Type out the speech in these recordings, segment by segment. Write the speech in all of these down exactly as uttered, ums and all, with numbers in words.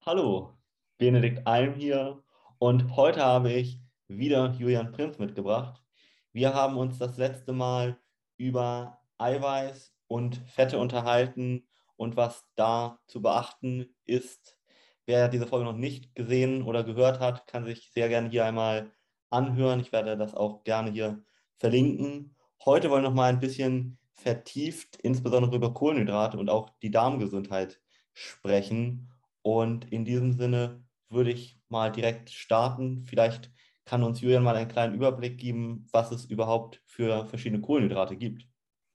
Hallo, Benedikt Alm hier und heute habe ich wieder Julian Prinz mitgebracht. Wir haben uns das letzte Mal über Eiweiß und Fette unterhalten und was da zu beachten ist. Wer diese Folge noch nicht gesehen oder gehört hat, kann sich sehr gerne hier einmal anhören. Ich werde das auch gerne hier verlinken. Heute wollen wir noch mal ein bisschen vertieft, insbesondere über Kohlenhydrate und auch die Darmgesundheit sprechen. Und in diesem Sinne würde ich mal direkt starten. Vielleicht kann uns Julian mal einen kleinen Überblick geben, was es überhaupt für verschiedene Kohlenhydrate gibt.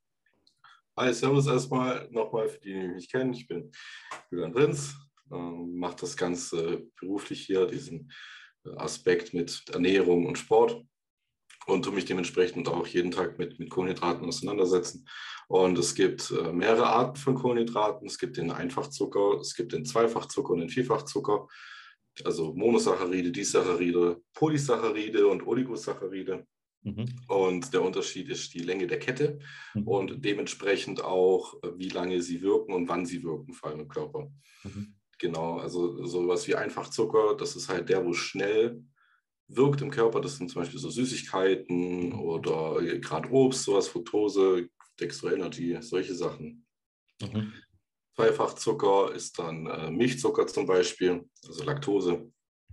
Hi, Servus erstmal nochmal für die, die mich nicht kennen. Ich bin Julian Prinz, ähm, mache das Ganze beruflich hier, diesen äh, Aspekt mit Ernährung und Sport und tue mich dementsprechend auch jeden Tag mit, mit Kohlenhydraten auseinandersetzen. Und es gibt äh, mehrere Arten von Kohlenhydraten. Es gibt den Einfachzucker, es gibt den Zweifachzucker und den Vielfachzucker, also Monosaccharide, Disaccharide, Polysaccharide und Oligosaccharide. Mhm. Und der Unterschied ist die Länge der Kette Mhm. und dementsprechend auch, wie lange sie wirken und wann sie wirken, vor allem im Körper. Mhm. Genau, also sowas wie Einfachzucker, das ist halt der, wo schnell wirkt im Körper. Das sind zum Beispiel so Süßigkeiten oder gerade Obst, sowas, Fructose, Dextroenergie, solche Sachen. Mhm. Zweifachzucker ist dann äh, Milchzucker zum Beispiel, also Laktose.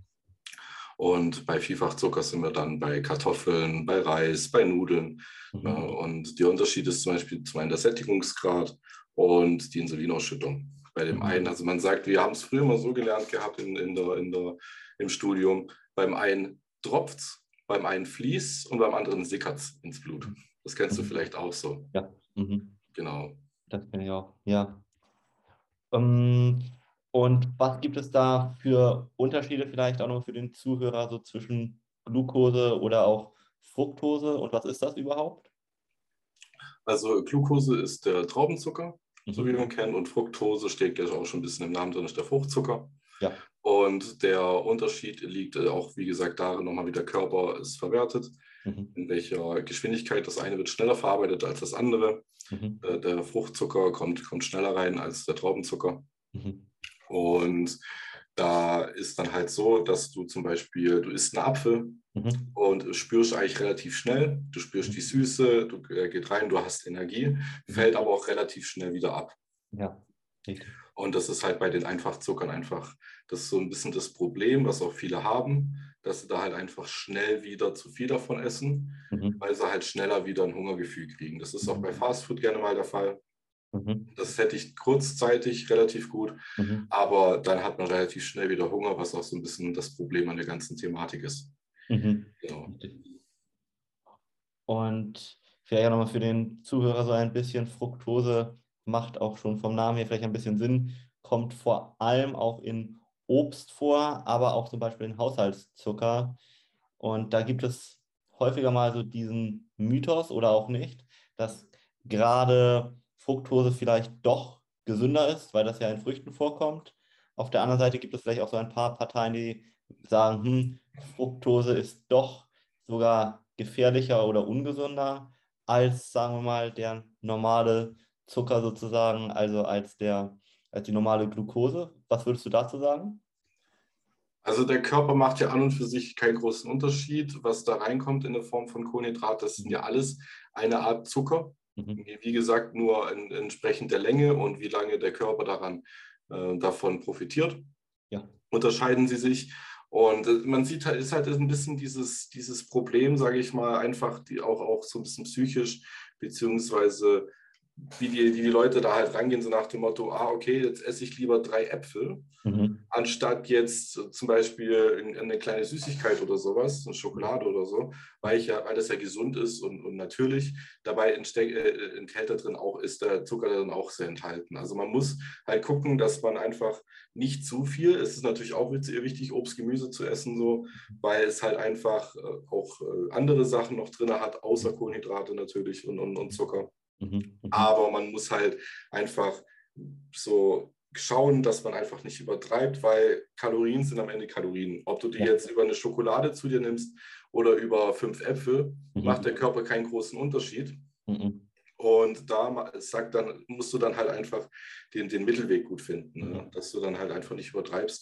Und bei Vielfachzucker sind wir dann bei Kartoffeln, bei Reis, bei Nudeln. Ja, Mhm. und der Unterschied ist zum Beispiel zum einen der Sättigungsgrad und die Insulinausschüttung. Bei dem einen, Mhm. also man sagt, wir haben es früher mal so gelernt gehabt in, in der, in der, im Studium, beim einen tropft es, beim einen fließt und beim anderen sickert es ins Blut. Das kennst du Mhm. vielleicht auch so. Ja, mhm. Genau. Das kenne ich auch. Ja. Ähm, und was gibt es da für Unterschiede vielleicht auch noch für den Zuhörer so zwischen Glucose oder auch Fructose und was ist das überhaupt? Also Glucose ist der Traubenzucker, so wie Mhm. man kennt, und Fructose steht gleich auch schon ein bisschen im Namen drin, ist der Fruchtzucker. Ja. Und der Unterschied liegt auch, wie gesagt, darin nochmal, wie der Körper es verwertet, Mhm. in welcher Geschwindigkeit. Das eine wird schneller verarbeitet als das andere. Mhm. Äh, Der Fruchtzucker kommt, kommt schneller rein als der Traubenzucker. Mhm. Und da ist dann halt so, dass du zum Beispiel, du isst einen Apfel Mhm. und spürst eigentlich relativ schnell, du spürst die Mhm. Süße, du äh, geht rein, du hast Energie, fällt Mhm. aber auch relativ schnell wieder ab. Ja, richtig. Und das ist halt bei den Einfachzuckern einfach, das ist so ein bisschen das Problem, was auch viele haben, dass sie da halt einfach schnell wieder zu viel davon essen, Mhm. weil sie halt schneller wieder ein Hungergefühl kriegen. Das ist auch bei Mhm. Fastfood gerne mal der Fall. Mhm. Das hätte ich kurzzeitig relativ gut, Mhm. aber dann hat man relativ schnell wieder Hunger, was auch so ein bisschen das Problem an der ganzen Thematik ist. Mhm. Genau. Richtig. Und vielleicht auch nochmal für den Zuhörer so ein bisschen Fructose macht auch schon vom Namen her vielleicht ein bisschen Sinn, kommt vor allem auch in Obst vor, aber auch zum Beispiel in Haushaltszucker. Und da gibt es häufiger mal so diesen Mythos oder auch nicht, dass gerade Fructose vielleicht doch gesünder ist, weil das ja in Früchten vorkommt. Auf der anderen Seite gibt es vielleicht auch so ein paar Parteien, die sagen, hm, Fructose ist doch sogar gefährlicher oder ungesünder als, sagen wir mal, der normale Zucker sozusagen, also als der, als die normale Glucose. Was würdest du dazu sagen? Also der Körper macht ja an und für sich keinen großen Unterschied. Was da reinkommt in der Form von Kohlenhydrat, das sind ja Mhm. alles eine Art Zucker. Mhm. Wie gesagt, nur in, entsprechend der Länge und wie lange der Körper daran, äh, davon profitiert, Ja. unterscheiden sie sich. Und äh, man sieht halt, ist halt ein bisschen dieses, dieses Problem, sage ich mal, einfach die auch, auch so ein bisschen psychisch, beziehungsweise wie die, wie die Leute da halt rangehen, so nach dem Motto, ah, okay, jetzt esse ich lieber drei Äpfel, Mhm. anstatt jetzt zum Beispiel eine kleine Süßigkeit oder sowas, eine Schokolade oder so, weil, ich ja, weil das ja gesund ist und, und natürlich. Dabei entsteck, äh, enthält da drin auch, ist der Zucker da drin auch sehr enthalten. Also man muss halt gucken, dass man einfach nicht zu viel, es ist natürlich auch wichtig, Obst, Gemüse zu essen, so, weil es halt einfach äh, auch äh, andere Sachen noch drin hat, außer Kohlenhydrate natürlich und, und, und Zucker. Mhm. Mhm. Aber man muss halt einfach so schauen, dass man einfach nicht übertreibt, weil Kalorien sind am Ende Kalorien. Ob du die Ja. jetzt über eine Schokolade zu dir nimmst oder über fünf Äpfel, macht der Mhm. Körper keinen großen Unterschied. Mhm. Und da sagt dann, musst du dann halt einfach den, den Mittelweg gut finden, ne? Mhm. Dass du dann halt einfach nicht übertreibst.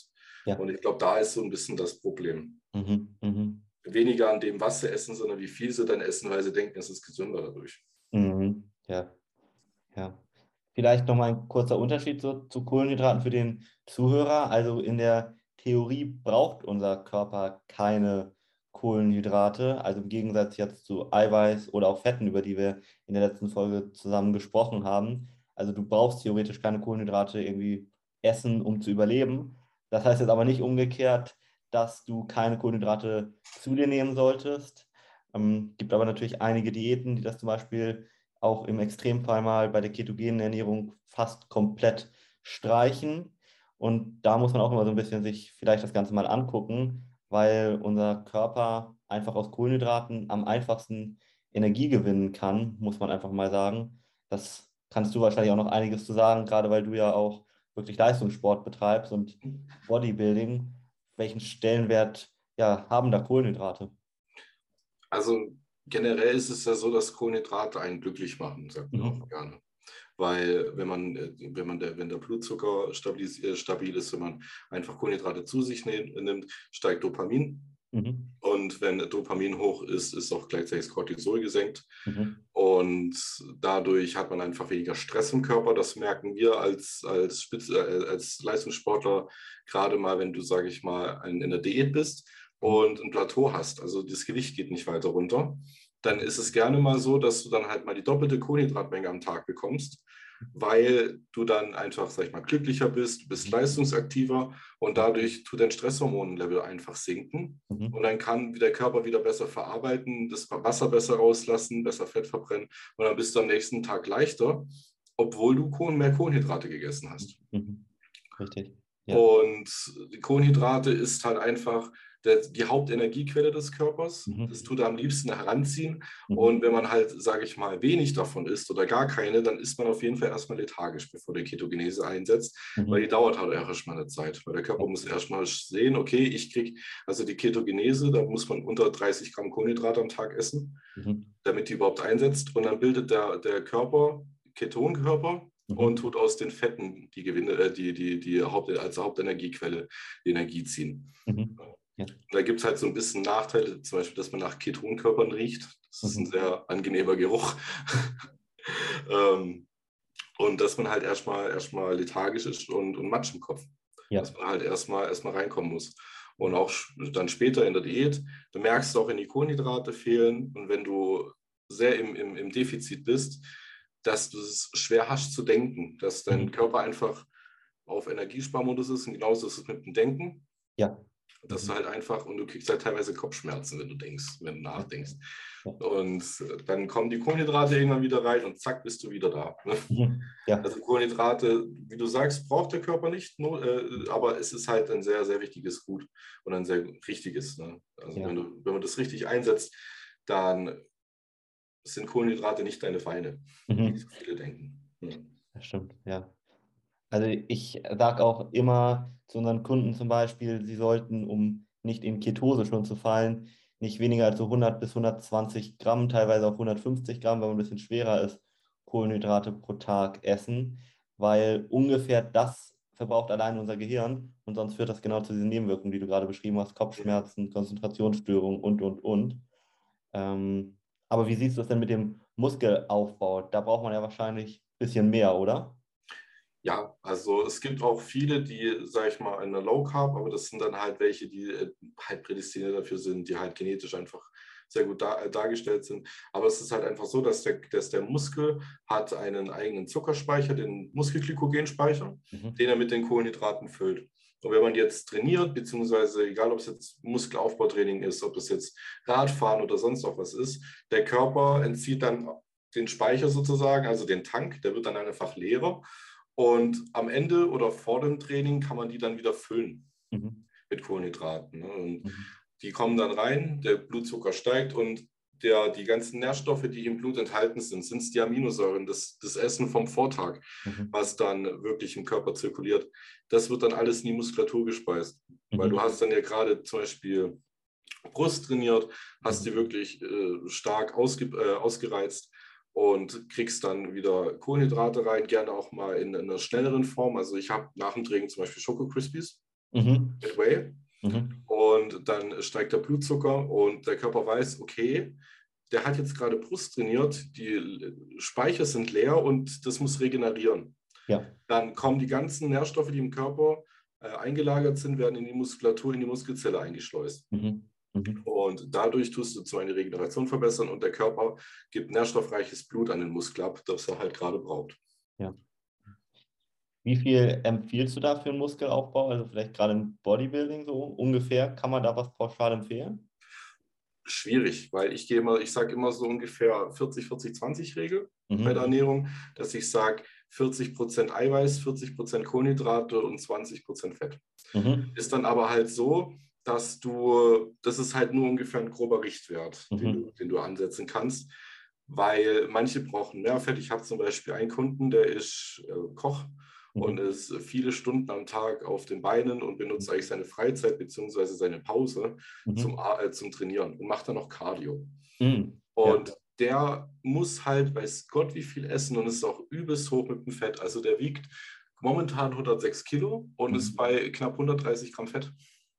Ja. Und ich glaube, da ist so ein bisschen das Problem. Mhm. Mhm. Weniger an dem, was sie essen, sondern wie viel sie dann essen, weil sie denken, es ist gesünder dadurch. Mhm. Ja. Ja. Vielleicht nochmal ein kurzer Unterschied zu, zu Kohlenhydraten für den Zuhörer. Also in der Theorie braucht unser Körper keine Kohlenhydrate. Also im Gegensatz jetzt zu Eiweiß oder auch Fetten, über die wir in der letzten Folge zusammen gesprochen haben. Also du brauchst theoretisch keine Kohlenhydrate irgendwie essen, um zu überleben. Das heißt jetzt aber nicht umgekehrt, dass du keine Kohlenhydrate zu dir nehmen solltest. Ähm, gibt aber natürlich einige Diäten, die das zum Beispiel auch im Extremfall mal bei der ketogenen Ernährung fast komplett streichen. Und da muss man auch immer so ein bisschen sich vielleicht das Ganze mal angucken, weil unser Körper einfach aus Kohlenhydraten am einfachsten Energie gewinnen kann, muss man einfach mal sagen. Das kannst du wahrscheinlich auch noch einiges zu sagen, gerade weil du ja auch wirklich Leistungssport betreibst und Bodybuilding. Welchen Stellenwert ja, haben da Kohlenhydrate? Also generell ist es ja so, dass Kohlenhydrate einen glücklich machen, sagt man auch Mhm. gerne. Weil wenn man, äh, wenn man der, wenn der Blutzucker stabil, äh, stabil ist, wenn man einfach Kohlenhydrate zu sich nimmt, steigt Dopamin. Mhm. Und wenn Dopamin hoch ist, ist auch gleichzeitig das Cortisol gesenkt. Mhm. Und dadurch hat man einfach weniger Stress im Körper. Das merken wir als, als, Spitze, äh, als Leistungssportler, gerade mal, wenn du, sage ich mal, in der Diät bist und ein Plateau hast. Also das Gewicht geht nicht weiter runter. Dann ist es gerne mal so, dass du dann halt mal die doppelte Kohlenhydratmenge am Tag bekommst, weil du dann einfach, sag ich mal, glücklicher bist, du bist leistungsaktiver und dadurch tut dein Stresshormonlevel einfach sinken. Mhm. Und dann kann der Körper wieder besser verarbeiten, das Wasser besser rauslassen, besser Fett verbrennen. Und dann bist du am nächsten Tag leichter, obwohl du mehr Kohlenhydrate gegessen hast. Mhm. Richtig. Ja. Und die Kohlenhydrate ist halt einfach der, die Hauptenergiequelle des Körpers. Mhm. Das tut er am liebsten heranziehen. Mhm. Und wenn man halt, sage ich mal, wenig davon isst oder gar keine, dann ist man auf jeden Fall erstmal lethargisch, bevor die Ketogenese einsetzt, weil die Mhm. dauert halt erstmal eine Zeit. Weil der Körper Ja. muss erstmal sehen, okay, ich kriege, also die Ketogenese, da muss man unter dreißig Gramm Kohlenhydrate am Tag essen, Mhm. damit die überhaupt einsetzt. Und dann bildet der, der Körper Ketonkörper und Mhm. tut aus den Fetten die Gewinne, äh, die, die, die Haupt, als Hauptenergiequelle die Energie ziehen. Mhm. Ja. Da gibt es halt so ein bisschen Nachteile, zum Beispiel, dass man nach Ketonkörpern riecht. Das ist ein Mhm. sehr angenehmer Geruch. ähm, und dass man halt erstmal erstmal lethargisch ist und, und Matsch im Kopf. Ja. Dass man halt erstmal erstmal reinkommen muss. Und auch dann später in der Diät, du merkst auch, wenn die Kohlenhydrate fehlen und wenn du sehr im, im, im Defizit bist, dass du es schwer hast zu denken, dass dein Mhm. Körper einfach auf Energiesparmodus ist und genauso ist es mit dem Denken, Ja. dass du Mhm. halt einfach, und du kriegst halt teilweise Kopfschmerzen, wenn du denkst, wenn du Ja. nachdenkst. Ja. Und dann kommen die Kohlenhydrate irgendwann wieder rein und zack, bist du wieder da. Mhm. Ja. Also Kohlenhydrate, wie du sagst, braucht der Körper nicht, nur, äh, aber es ist halt ein sehr, sehr wichtiges Gut und ein sehr richtiges. Ne? Also Ja. wenn, du, wenn man das richtig einsetzt, dann sind Kohlenhydrate nicht deine Feinde, wie Mhm. so viele denken. Hm. Das stimmt, ja. Also ich sage auch immer zu unseren Kunden zum Beispiel, sie sollten, um nicht in Ketose schon zu fallen, nicht weniger als so hundert bis hundertzwanzig Gramm, teilweise auch hundertfünfzig Gramm, wenn man ein bisschen schwerer ist, Kohlenhydrate pro Tag essen, weil ungefähr das verbraucht allein unser Gehirn und sonst führt das genau zu diesen Nebenwirkungen, die du gerade beschrieben hast, Kopfschmerzen, Konzentrationsstörungen und, und, und. Ähm, aber wie siehst du es denn mit dem Muskelaufbau? Da braucht man ja wahrscheinlich ein bisschen mehr, oder? Ja, also es gibt auch viele, die, sage ich mal, eine Low Carb, aber das sind dann halt welche, die äh, halt prädestiniert dafür sind, die halt genetisch einfach sehr gut dar, äh, dargestellt sind. Aber es ist halt einfach so, dass der, dass der Muskel hat einen eigenen Zuckerspeicher, den Muskelglykogenspeicher, Mhm. den er mit den Kohlenhydraten füllt. Und wenn man jetzt trainiert, beziehungsweise egal, ob es jetzt Muskelaufbautraining ist, ob es jetzt Radfahren oder sonst auch was ist, der Körper entzieht dann den Speicher sozusagen, also den Tank, der wird dann einfach leerer. Und am Ende oder vor dem Training kann man die dann wieder füllen Mhm. mit Kohlenhydraten. Ne? Und Mhm. die kommen dann rein, der Blutzucker steigt und der, die ganzen Nährstoffe, die im Blut enthalten sind, sind die Aminosäuren, das, das Essen vom Vortag, Mhm. was dann wirklich im Körper zirkuliert. Das wird dann alles in die Muskulatur gespeist. Weil du Mhm. hast dann ja gerade zum Beispiel Brust trainiert, hast die Mhm. wirklich äh, stark ausge, äh, ausgereizt und kriegst dann wieder Kohlenhydrate rein, gerne auch mal in, in einer schnelleren Form. Also ich habe nach dem Training zum Beispiel Schoko Crispies. Mhm. mit Whey. Mhm. Und dann steigt der Blutzucker und der Körper weiß, okay, der hat jetzt gerade Brust trainiert, die Speicher sind leer und das muss regenerieren. Ja. Dann kommen die ganzen Nährstoffe, die im Körper äh, eingelagert sind, werden in die Muskulatur, in die Muskelzelle eingeschleust. Mhm. Mhm. Und dadurch tust du zum einen die Regeneration verbessern und der Körper gibt nährstoffreiches Blut an den Muskel ab, das er halt gerade braucht. Ja. Wie viel empfiehlst du da für einen Muskelaufbau? Also vielleicht gerade im Bodybuilding so ungefähr. Kann man da was pauschal empfehlen? Schwierig, weil ich gehe immer, ich sage immer so ungefähr vierzig, vierzig, zwanzig Regel bei der Mhm. Ernährung, dass ich sage vierzig Prozent Eiweiß, vierzig Prozent Kohlenhydrate und zwanzig Prozent Fett. Mhm. Ist dann aber halt so, dass du, das ist halt nur ungefähr ein grober Richtwert, den du, Mhm. den du ansetzen kannst, weil manche brauchen mehr Fett. Ich habe zum Beispiel einen Kunden, der ist äh, Koch und Mhm. ist viele Stunden am Tag auf den Beinen und benutzt eigentlich seine Freizeit bzw. seine Pause zum, Mhm. äh, zum Trainieren und macht dann noch Cardio. Mhm. Ja. Und der muss halt, weiß Gott, wie viel essen und ist auch übelst hoch mit dem Fett. Also der wiegt momentan hundertsechs Kilo und ist Mhm. bei knapp hundertdreißig Gramm Fett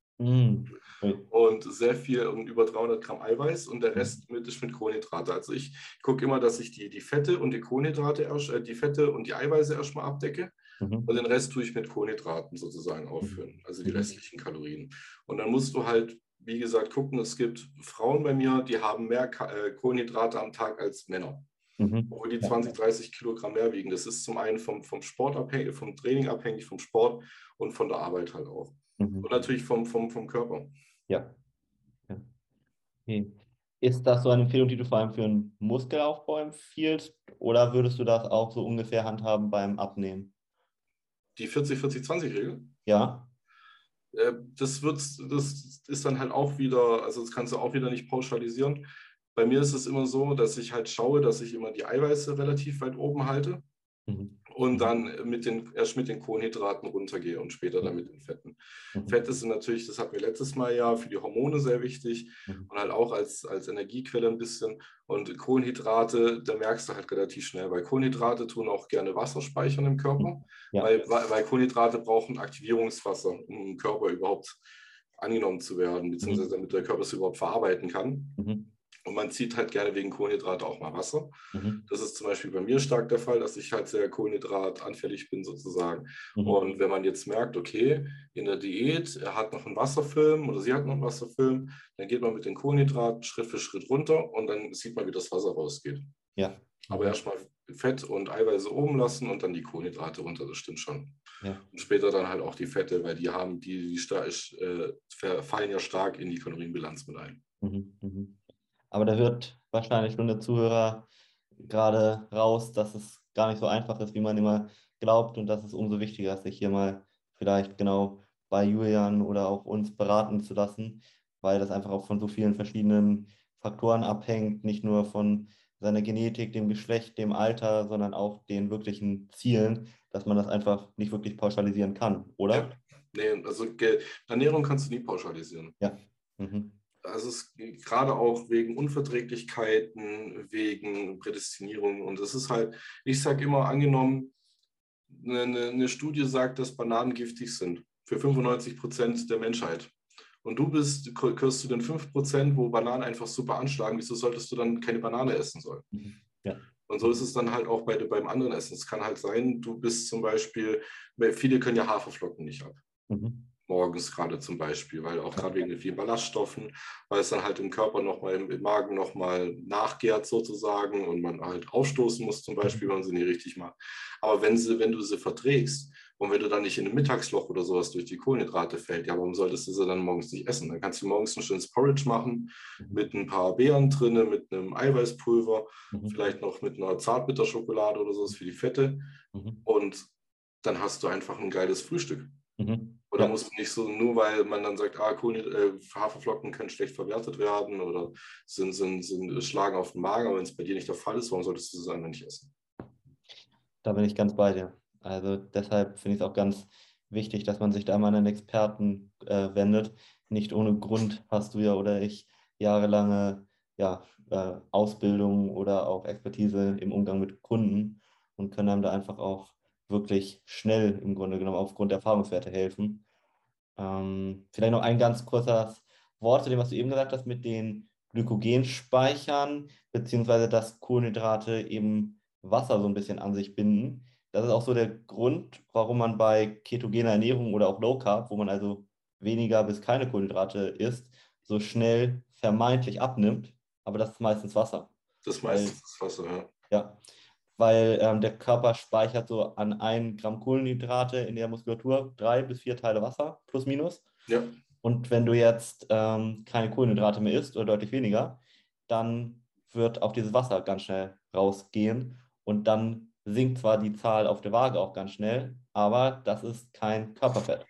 Mhm. Ui. und sehr viel, um über dreihundert Gramm Eiweiß und der Mhm. Rest mit, ist mit Kohlenhydrate. Also ich gucke immer, dass ich die, die Fette und die Kohlenhydrate, erst, äh, die Fette und die Eiweiße erstmal abdecke und Mhm. den Rest tue ich mit Kohlenhydraten sozusagen Mhm. auffüllen, also die Mhm. restlichen Kalorien. Und dann musst du halt, wie gesagt, gucken, es gibt Frauen bei mir, die haben mehr Ka äh, Kohlenhydrate am Tag als Männer, Mhm. obwohl die Ja. zwanzig, dreißig Kilogramm mehr wiegen. Das ist zum einen vom, vom Sport abhängig, vom Training abhängig, vom Sport und von der Arbeit halt auch. Und Mhm. natürlich vom, vom, vom Körper. Ja. Ja. Okay. Ist das so eine Empfehlung, die du vor allem für einen Muskelaufbau empfiehlst, oder würdest du das auch so ungefähr handhaben beim Abnehmen? Die vierzig, vierzig, zwanzig-Regel, Ja. äh, das, wird, das ist dann halt auch wieder, also das kannst du auch wieder nicht pauschalisieren. Bei mir ist es immer so, dass ich halt schaue, dass ich immer die Eiweiße relativ weit oben halte Mhm. und Mhm. dann mit den, erst mit den Kohlenhydraten runtergehe und später dann mit den Fetten. Mhm. Fette sind natürlich, das hatten wir letztes Mal ja, für die Hormone sehr wichtig Mhm. und halt auch als, als Energiequelle ein bisschen. Und Kohlenhydrate, da merkst du halt relativ schnell, weil Kohlenhydrate tun auch gerne Wasser speichern im Körper, Mhm. Ja. weil, weil Kohlenhydrate brauchen Aktivierungswasser, um im Körper überhaupt angenommen zu werden, beziehungsweise Mhm. damit der Körper es überhaupt verarbeiten kann. Mhm. Und man zieht halt gerne wegen Kohlenhydrate auch mal Wasser. Mhm. Das ist zum Beispiel bei mir stark der Fall, dass ich halt sehr kohlenhydratanfällig bin sozusagen. Mhm. Und wenn man jetzt merkt, okay, in der Diät, er hat noch einen Wasserfilm oder sie hat noch einen Wasserfilm, dann geht man mit den Kohlenhydraten Schritt für Schritt runter und dann sieht man, wie das Wasser rausgeht. Ja. Aber Mhm. erstmal Fett und Eiweiße oben lassen und dann die Kohlenhydrate runter, das stimmt schon. Ja. Und später dann halt auch die Fette, weil die haben, die, die sta- äh, fallen ja stark in die Kalorienbilanz mit ein. Mhm. Mhm. Aber da wird wahrscheinlich schon der Zuhörer gerade raus, dass es gar nicht so einfach ist, wie man immer glaubt, und dass es umso wichtiger ist, sich hier mal vielleicht genau bei Julian oder auch uns beraten zu lassen, weil das einfach auch von so vielen verschiedenen Faktoren abhängt, nicht nur von seiner Genetik, dem Geschlecht, dem Alter, sondern auch den wirklichen Zielen, dass man das einfach nicht wirklich pauschalisieren kann, Ja, oder? nee, also Ge- Ernährung kannst du nie pauschalisieren. Ja. Mhm. Also es ist gerade auch wegen Unverträglichkeiten, wegen Prädestinierung. Und es ist halt, ich sage immer, angenommen, eine, eine Studie sagt, dass Bananen giftig sind für fünfundneunzig Prozent der Menschheit. Und du bist, gehörst zu den fünf Prozent, wo Bananen einfach super anschlagen. Wieso solltest du dann keine Banane essen sollen? Mhm. Ja. Und so ist es dann halt auch bei, beim anderen Essen. Es kann halt sein, du bist zum Beispiel, viele können ja Haferflocken nicht ab. Mhm. Morgens gerade zum Beispiel, weil auch gerade wegen den vielen Ballaststoffen, weil es dann halt im Körper nochmal, im, im Magen nochmal nachgärt sozusagen und man halt aufstoßen muss zum Beispiel, wenn man sie nicht richtig macht. Aber wenn, sie, wenn du sie verträgst und wenn du dann nicht in ein Mittagsloch oder sowas durch die Kohlenhydrate fällt, ja, warum solltest du sie dann morgens nicht essen? Dann kannst du morgens ein schönes Porridge machen Mhm. mit ein paar Beeren drin, mit einem Eiweißpulver, Mhm. vielleicht noch mit einer Zartbitterschokolade oder sowas für die Fette Mhm. und dann hast du einfach ein geiles Frühstück. Mhm. Oder Ja. muss man nicht so, nur weil man dann sagt, ah, Kohlen, äh, Haferflocken können schlecht verwertet werden oder sind, sind, sind, schlagen auf den Magen, aber wenn es bei dir nicht der Fall ist, warum solltest du es einfach nicht essen? Da bin ich ganz bei dir. Also deshalb finde ich es auch ganz wichtig, dass man sich da mal an einen Experten äh, wendet. Nicht ohne Grund hast du ja oder ich jahrelange ja, äh, Ausbildung oder auch Expertise im Umgang mit Kunden und können einem da einfach auch wirklich schnell im Grunde genommen aufgrund der Erfahrungswerte helfen. Ähm, vielleicht noch ein ganz kurzes Wort zu dem, was du eben gesagt hast, mit den Glykogenspeichern, beziehungsweise dass Kohlenhydrate eben Wasser so ein bisschen an sich binden. Das ist auch so der Grund, warum man bei ketogener Ernährung oder auch Low Carb, wo man also weniger bis keine Kohlenhydrate isst, so schnell vermeintlich abnimmt. Aber das ist meistens Wasser. Das ist Weil, meistens das Wasser, ja. ja, weil ähm, der Körper speichert so an ein Gramm Kohlenhydrate in der Muskulatur drei bis vier Teile Wasser, plus minus. Ja, Und wenn du jetzt ähm, keine Kohlenhydrate mehr isst oder deutlich weniger, dann wird auch dieses Wasser ganz schnell rausgehen und dann sinkt zwar die Zahl auf der Waage auch ganz schnell, aber das ist kein Körperfett.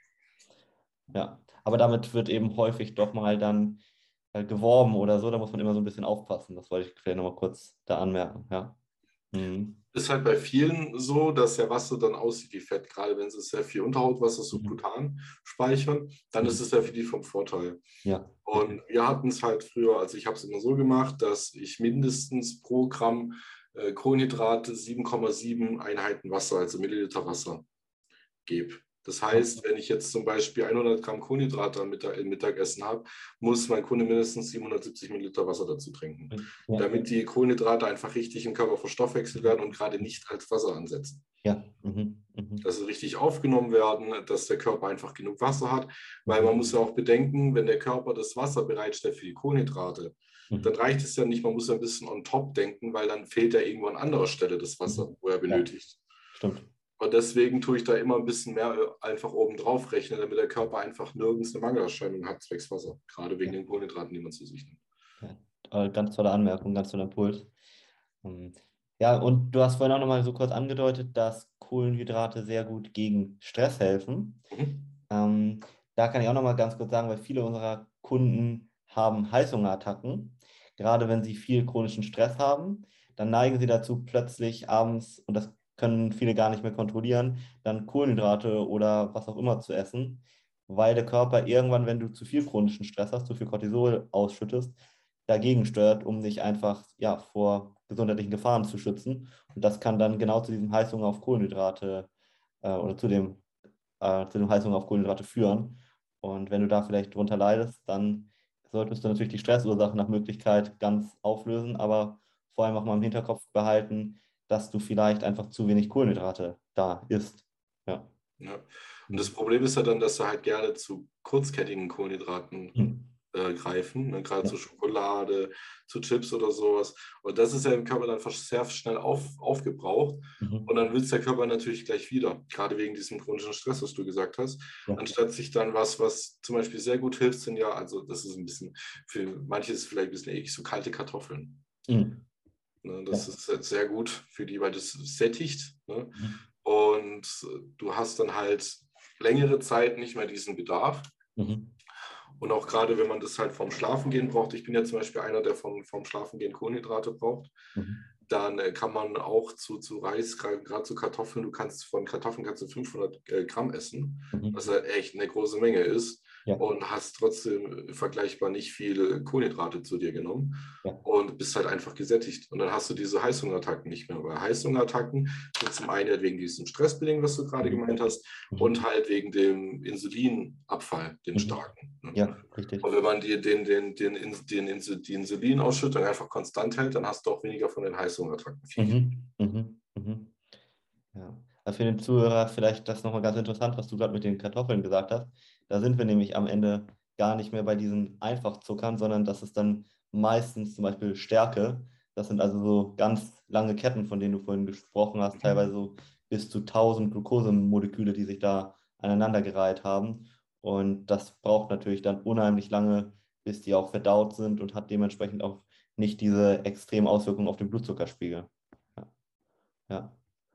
Ja, aber damit wird eben häufig doch mal dann äh, geworben oder so, da muss man immer so ein bisschen aufpassen. Das wollte ich vielleicht nochmal kurz da anmerken. Ja. Mhm. ist halt bei vielen so, dass der Wasser dann aussieht wie Fett, gerade wenn sie sehr viel Unterhautwasser Mhm. subkutan speichern, dann ist Mhm. es sehr für die vom Vorteil. Ja, Und richtig. wir hatten es halt früher, also ich habe es immer so gemacht, dass ich mindestens pro Gramm äh, Kohlenhydrate sieben Komma sieben Einheiten Wasser, also Milliliter Wasser, gebe. Das heißt, wenn ich jetzt zum Beispiel hundert Gramm Kohlenhydrate am Mittag, im Mittagessen habe, muss mein Kunde mindestens siebenhundertsiebzig Milliliter Wasser dazu trinken, Ja, damit die Kohlenhydrate einfach richtig im Körper verstoffwechselt werden und gerade nicht als Wasser ansetzen. ja. Mhm. Mhm. Dass sie richtig aufgenommen werden, dass der Körper einfach genug Wasser hat, weil man muss Mhm. ja auch bedenken, wenn der Körper das Wasser bereitstellt für die Kohlenhydrate, dann Mhm. reicht es ja nicht, man muss ja ein bisschen on top denken, weil dann fehlt ja irgendwo an anderer Stelle das Wasser, Mhm. wo er Ja, benötigt. stimmt. Und deswegen tue ich da immer ein bisschen mehr einfach oben drauf rechnen, damit der Körper einfach nirgends eine Mangelerscheinung hat, zwecks Wasser. Gerade wegen Ja. den Kohlenhydraten, die man zu sich nimmt. Ja, äh, ganz tolle Anmerkung, ganz toller Impuls. Ähm, Ja, und du hast vorhin auch nochmal so kurz angedeutet, dass Kohlenhydrate sehr gut gegen Stress helfen. Mhm. Ähm, Da kann ich auch nochmal ganz kurz sagen, weil viele unserer Kunden haben Heißhungerattacken. Gerade wenn sie viel chronischen Stress haben, dann neigen sie dazu, plötzlich abends, und das können viele gar nicht mehr kontrollieren, dann Kohlenhydrate oder was auch immer zu essen, weil der Körper irgendwann, wenn du zu viel chronischen Stress hast, zu viel Cortisol ausschüttest, dagegen steuert, um dich einfach ja, vor gesundheitlichen Gefahren zu schützen. Und das kann dann genau zu diesem Heißhunger auf Kohlenhydrate äh, oder zu dem, äh, zu dem Heißhunger auf Kohlenhydrate führen. Und wenn du da vielleicht drunter leidest, dann solltest du natürlich die Stressursache nach Möglichkeit ganz auflösen, aber vor allem auch mal im Hinterkopf behalten, dass du vielleicht einfach zu wenig Kohlenhydrate da isst. Ja. Ja. Und das Mhm. Problem ist ja dann, dass sie halt gerne zu kurzkettigen Kohlenhydraten Mhm. äh, greifen, ne? Gerade Ja. zu Schokolade, zu Chips oder sowas. Und das ist ja im Körper dann sehr schnell auf, aufgebraucht. Und Mhm. dann will es der Körper natürlich gleich wieder, gerade wegen diesem chronischen Stress, was du gesagt hast. Ja. Anstatt sich dann was, was zum Beispiel sehr gut hilft, sind ja, also das ist ein bisschen, für manche ist es vielleicht ein bisschen eklig, so kalte Kartoffeln. Mhm. Ne? Ja. Das ist jetzt sehr gut für die, weil das sättigt. Ne? Mhm. Und du hast dann halt längere Zeit nicht mehr diesen Bedarf. Mhm. Und auch gerade, wenn man das halt vorm Schlafengehen braucht, ich bin ja zum Beispiel einer, der vom, vorm Schlafengehen Kohlenhydrate braucht, Mhm. dann äh, kann man auch zu, zu Reis, gerade zu Kartoffeln, du kannst von Kartoffeln kannst du fünfhundert äh, Gramm essen, was Mhm. halt echt eine große Menge ist Ja. und hast trotzdem vergleichbar nicht viele Kohlenhydrate zu dir genommen Ja. und bist halt einfach gesättigt. Und dann hast du diese Heißhungerattacken nicht mehr. Weil Heißhungerattacken sind zum einen wegen diesem Stressbedingung, was du gerade Mhm. gemeint hast, Mhm. und halt wegen dem Insulinabfall, dem Mhm. starken. Ne? Ja, richtig. Und wenn man die, den, den, den, den, den, die Insulinausschüttung einfach konstant hält, dann hast du auch weniger von den Heißhungerattacken. Viel, viel. Mhm. Mhm. Mhm. Ja. Also für den Zuhörer vielleicht das nochmal ganz interessant, was du gerade mit den Kartoffeln gesagt hast. Da sind wir nämlich am Ende gar nicht mehr bei diesen Einfachzuckern, sondern das ist dann meistens zum Beispiel Stärke. Das sind also so ganz lange Ketten, von denen du vorhin gesprochen hast, teilweise Mhm. so bis zu tausend Glukosemoleküle, die sich da aneinandergereiht haben. Und das braucht natürlich dann unheimlich lange, bis die auch verdaut sind und hat dementsprechend auch nicht diese extremen Auswirkungen auf den Blutzuckerspiegel. Ja. Ja.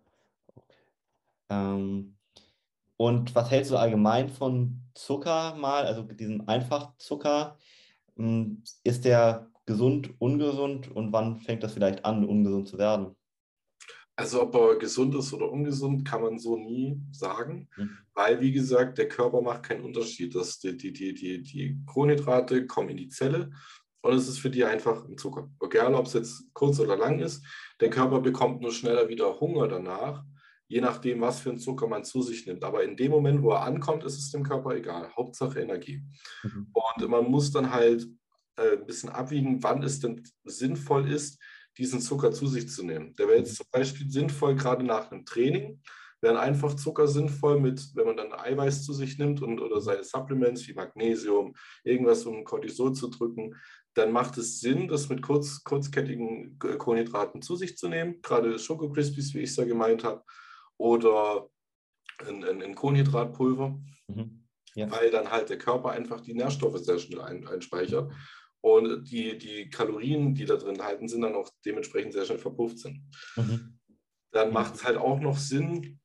Ähm, und was hältst du allgemein von Zucker mal, also diesem Einfachzucker? Ähm, Ist der gesund, ungesund und wann fängt das vielleicht an, ungesund zu werden? Also ob er gesund ist oder ungesund, kann man so nie sagen, Hm? weil, wie gesagt, der Körper macht keinen Unterschied. Das, die, die, die, die, die Kohlenhydrate kommen in die Zelle und es ist für die einfach ein Zucker. Egal, ob es jetzt kurz oder lang ist, der Körper bekommt nur schneller wieder Hunger danach, je nachdem, was für einen Zucker man zu sich nimmt. Aber in dem Moment, wo er ankommt, ist es dem Körper egal. Hauptsache Energie. Mhm. Und man muss dann halt äh, ein bisschen abwiegen, wann es denn sinnvoll ist, diesen Zucker zu sich zu nehmen. Der wäre jetzt zum Beispiel sinnvoll, gerade nach einem Training, wären einfach Zucker sinnvoll, mit, wenn man dann Eiweiß zu sich nimmt und, oder seine Supplements wie Magnesium, irgendwas, um Cortisol zu drücken, dann macht es Sinn, das mit kurz, kurzkettigen Kohlenhydraten zu sich zu nehmen, gerade Schoko Crispies, wie ich es ja gemeint habe, oder ein, ein, ein Kohlenhydratpulver, Mhm. Ja. weil dann halt der Körper einfach die Nährstoffe sehr schnell ein, einspeichert und die, die Kalorien, die da drin halten, sind dann auch dementsprechend sehr schnell verpufft sind. Mhm. Dann Ja. macht es halt auch noch Sinn,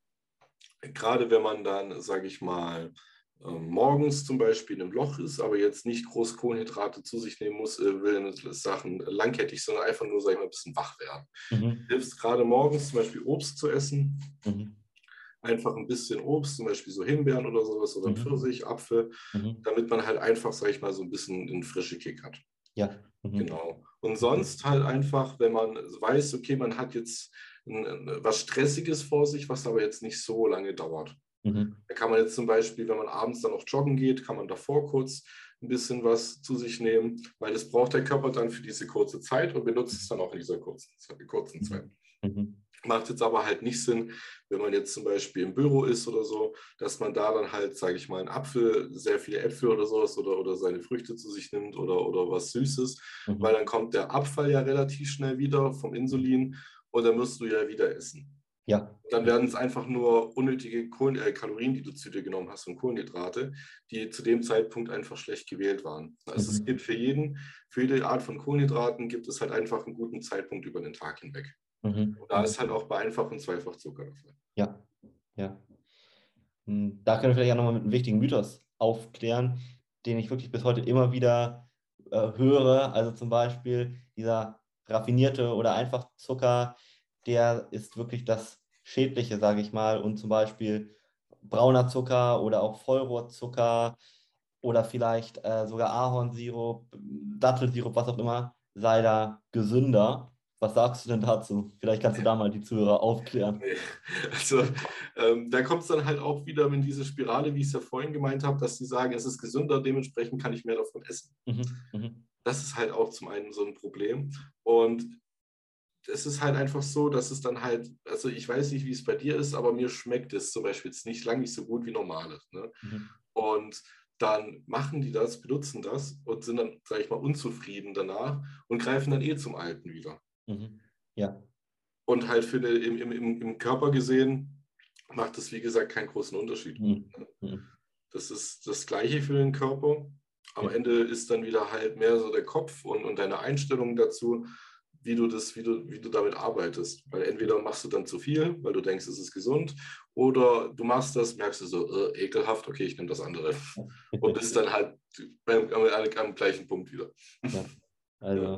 gerade wenn man dann, sage ich mal, morgens zum Beispiel im Loch ist, aber jetzt nicht groß Kohlenhydrate zu sich nehmen muss, will Sachen langkettig, sondern einfach nur, sag ich mal, ein bisschen wach werden. Mhm. Hilft gerade morgens zum Beispiel Obst zu essen. Mhm. Einfach ein bisschen Obst, zum Beispiel so Himbeeren oder sowas oder ein Mhm. Pfirsich, Apfel, Mhm. damit man halt einfach, sag ich mal, so ein bisschen einen frischen Kick hat. Ja. Mhm. Genau. Und sonst halt einfach, wenn man weiß, okay, man hat jetzt ein, was Stressiges vor sich, was aber jetzt nicht so lange dauert. Mhm. Da kann man jetzt zum Beispiel, wenn man abends dann auch joggen geht, kann man davor kurz ein bisschen was zu sich nehmen, weil das braucht der Körper dann für diese kurze Zeit und benutzt es dann auch in dieser kurzen, kurzen Zeit. Mhm. Macht jetzt aber halt nicht Sinn, wenn man jetzt zum Beispiel im Büro ist oder so, dass man da dann halt, sage ich mal, einen Apfel, sehr viele Äpfel oder sowas oder, oder seine Früchte zu sich nimmt oder, oder was Süßes, Mhm. weil dann kommt der Abfall ja relativ schnell wieder vom Insulin und dann musst du ja wieder essen. Ja. Dann werden es einfach nur unnötige Kohlen, äh, Kalorien, die du zu dir genommen hast und Kohlenhydrate, die zu dem Zeitpunkt einfach schlecht gewählt waren. Also Mhm. es gibt für jeden, für jede Art von Kohlenhydraten gibt es halt einfach einen guten Zeitpunkt über den Tag hinweg. Mhm. Und da ist halt auch bei Einfach- und Zweifachzucker der Fall. Ja. Ja. Hm, Da können wir vielleicht auch nochmal mit einem wichtigen Mythos aufklären, den ich wirklich bis heute immer wieder äh, höre. Also zum Beispiel dieser raffinierte oder Einfachzucker, der ist wirklich das Schädliche, sage ich mal. Und zum Beispiel brauner Zucker oder auch Vollrohrzucker oder vielleicht äh, sogar Ahornsirup, Dattelsirup, was auch immer, sei da gesünder. Was sagst du denn dazu? Vielleicht kannst du da mal die Zuhörer aufklären. Nee. Also ähm, da kommt es dann halt auch wieder in diese Spirale, wie ich es ja vorhin gemeint habe, dass die sagen, es ist gesünder, dementsprechend kann ich mehr davon essen. Mhm. Mhm. Das ist halt auch zum einen so ein Problem. Und es ist halt einfach so, dass es dann halt, also ich weiß nicht, wie es bei dir ist, aber mir schmeckt es zum Beispiel jetzt nicht lang nicht so gut wie normales. Ne? Mhm. Und dann machen die das, benutzen das und sind dann, sage ich mal, unzufrieden danach und greifen dann eh zum Alten wieder. Mhm. Ja. Und halt für eine, im, im, im Körper gesehen macht das, wie gesagt, keinen großen Unterschied. Mhm. Mhm. Das ist das Gleiche für den Körper. Am Ja. Ende ist dann wieder halt mehr so der Kopf und, und deine Einstellung dazu, wie du das, wie du, wie du damit arbeitest. Weil entweder machst du dann zu viel, weil du denkst, es ist gesund, oder du machst das, merkst du so, äh, ekelhaft, okay, ich nehme das andere. Und bist dann halt beim, am, am gleichen Punkt wieder. Ja. Ja. Also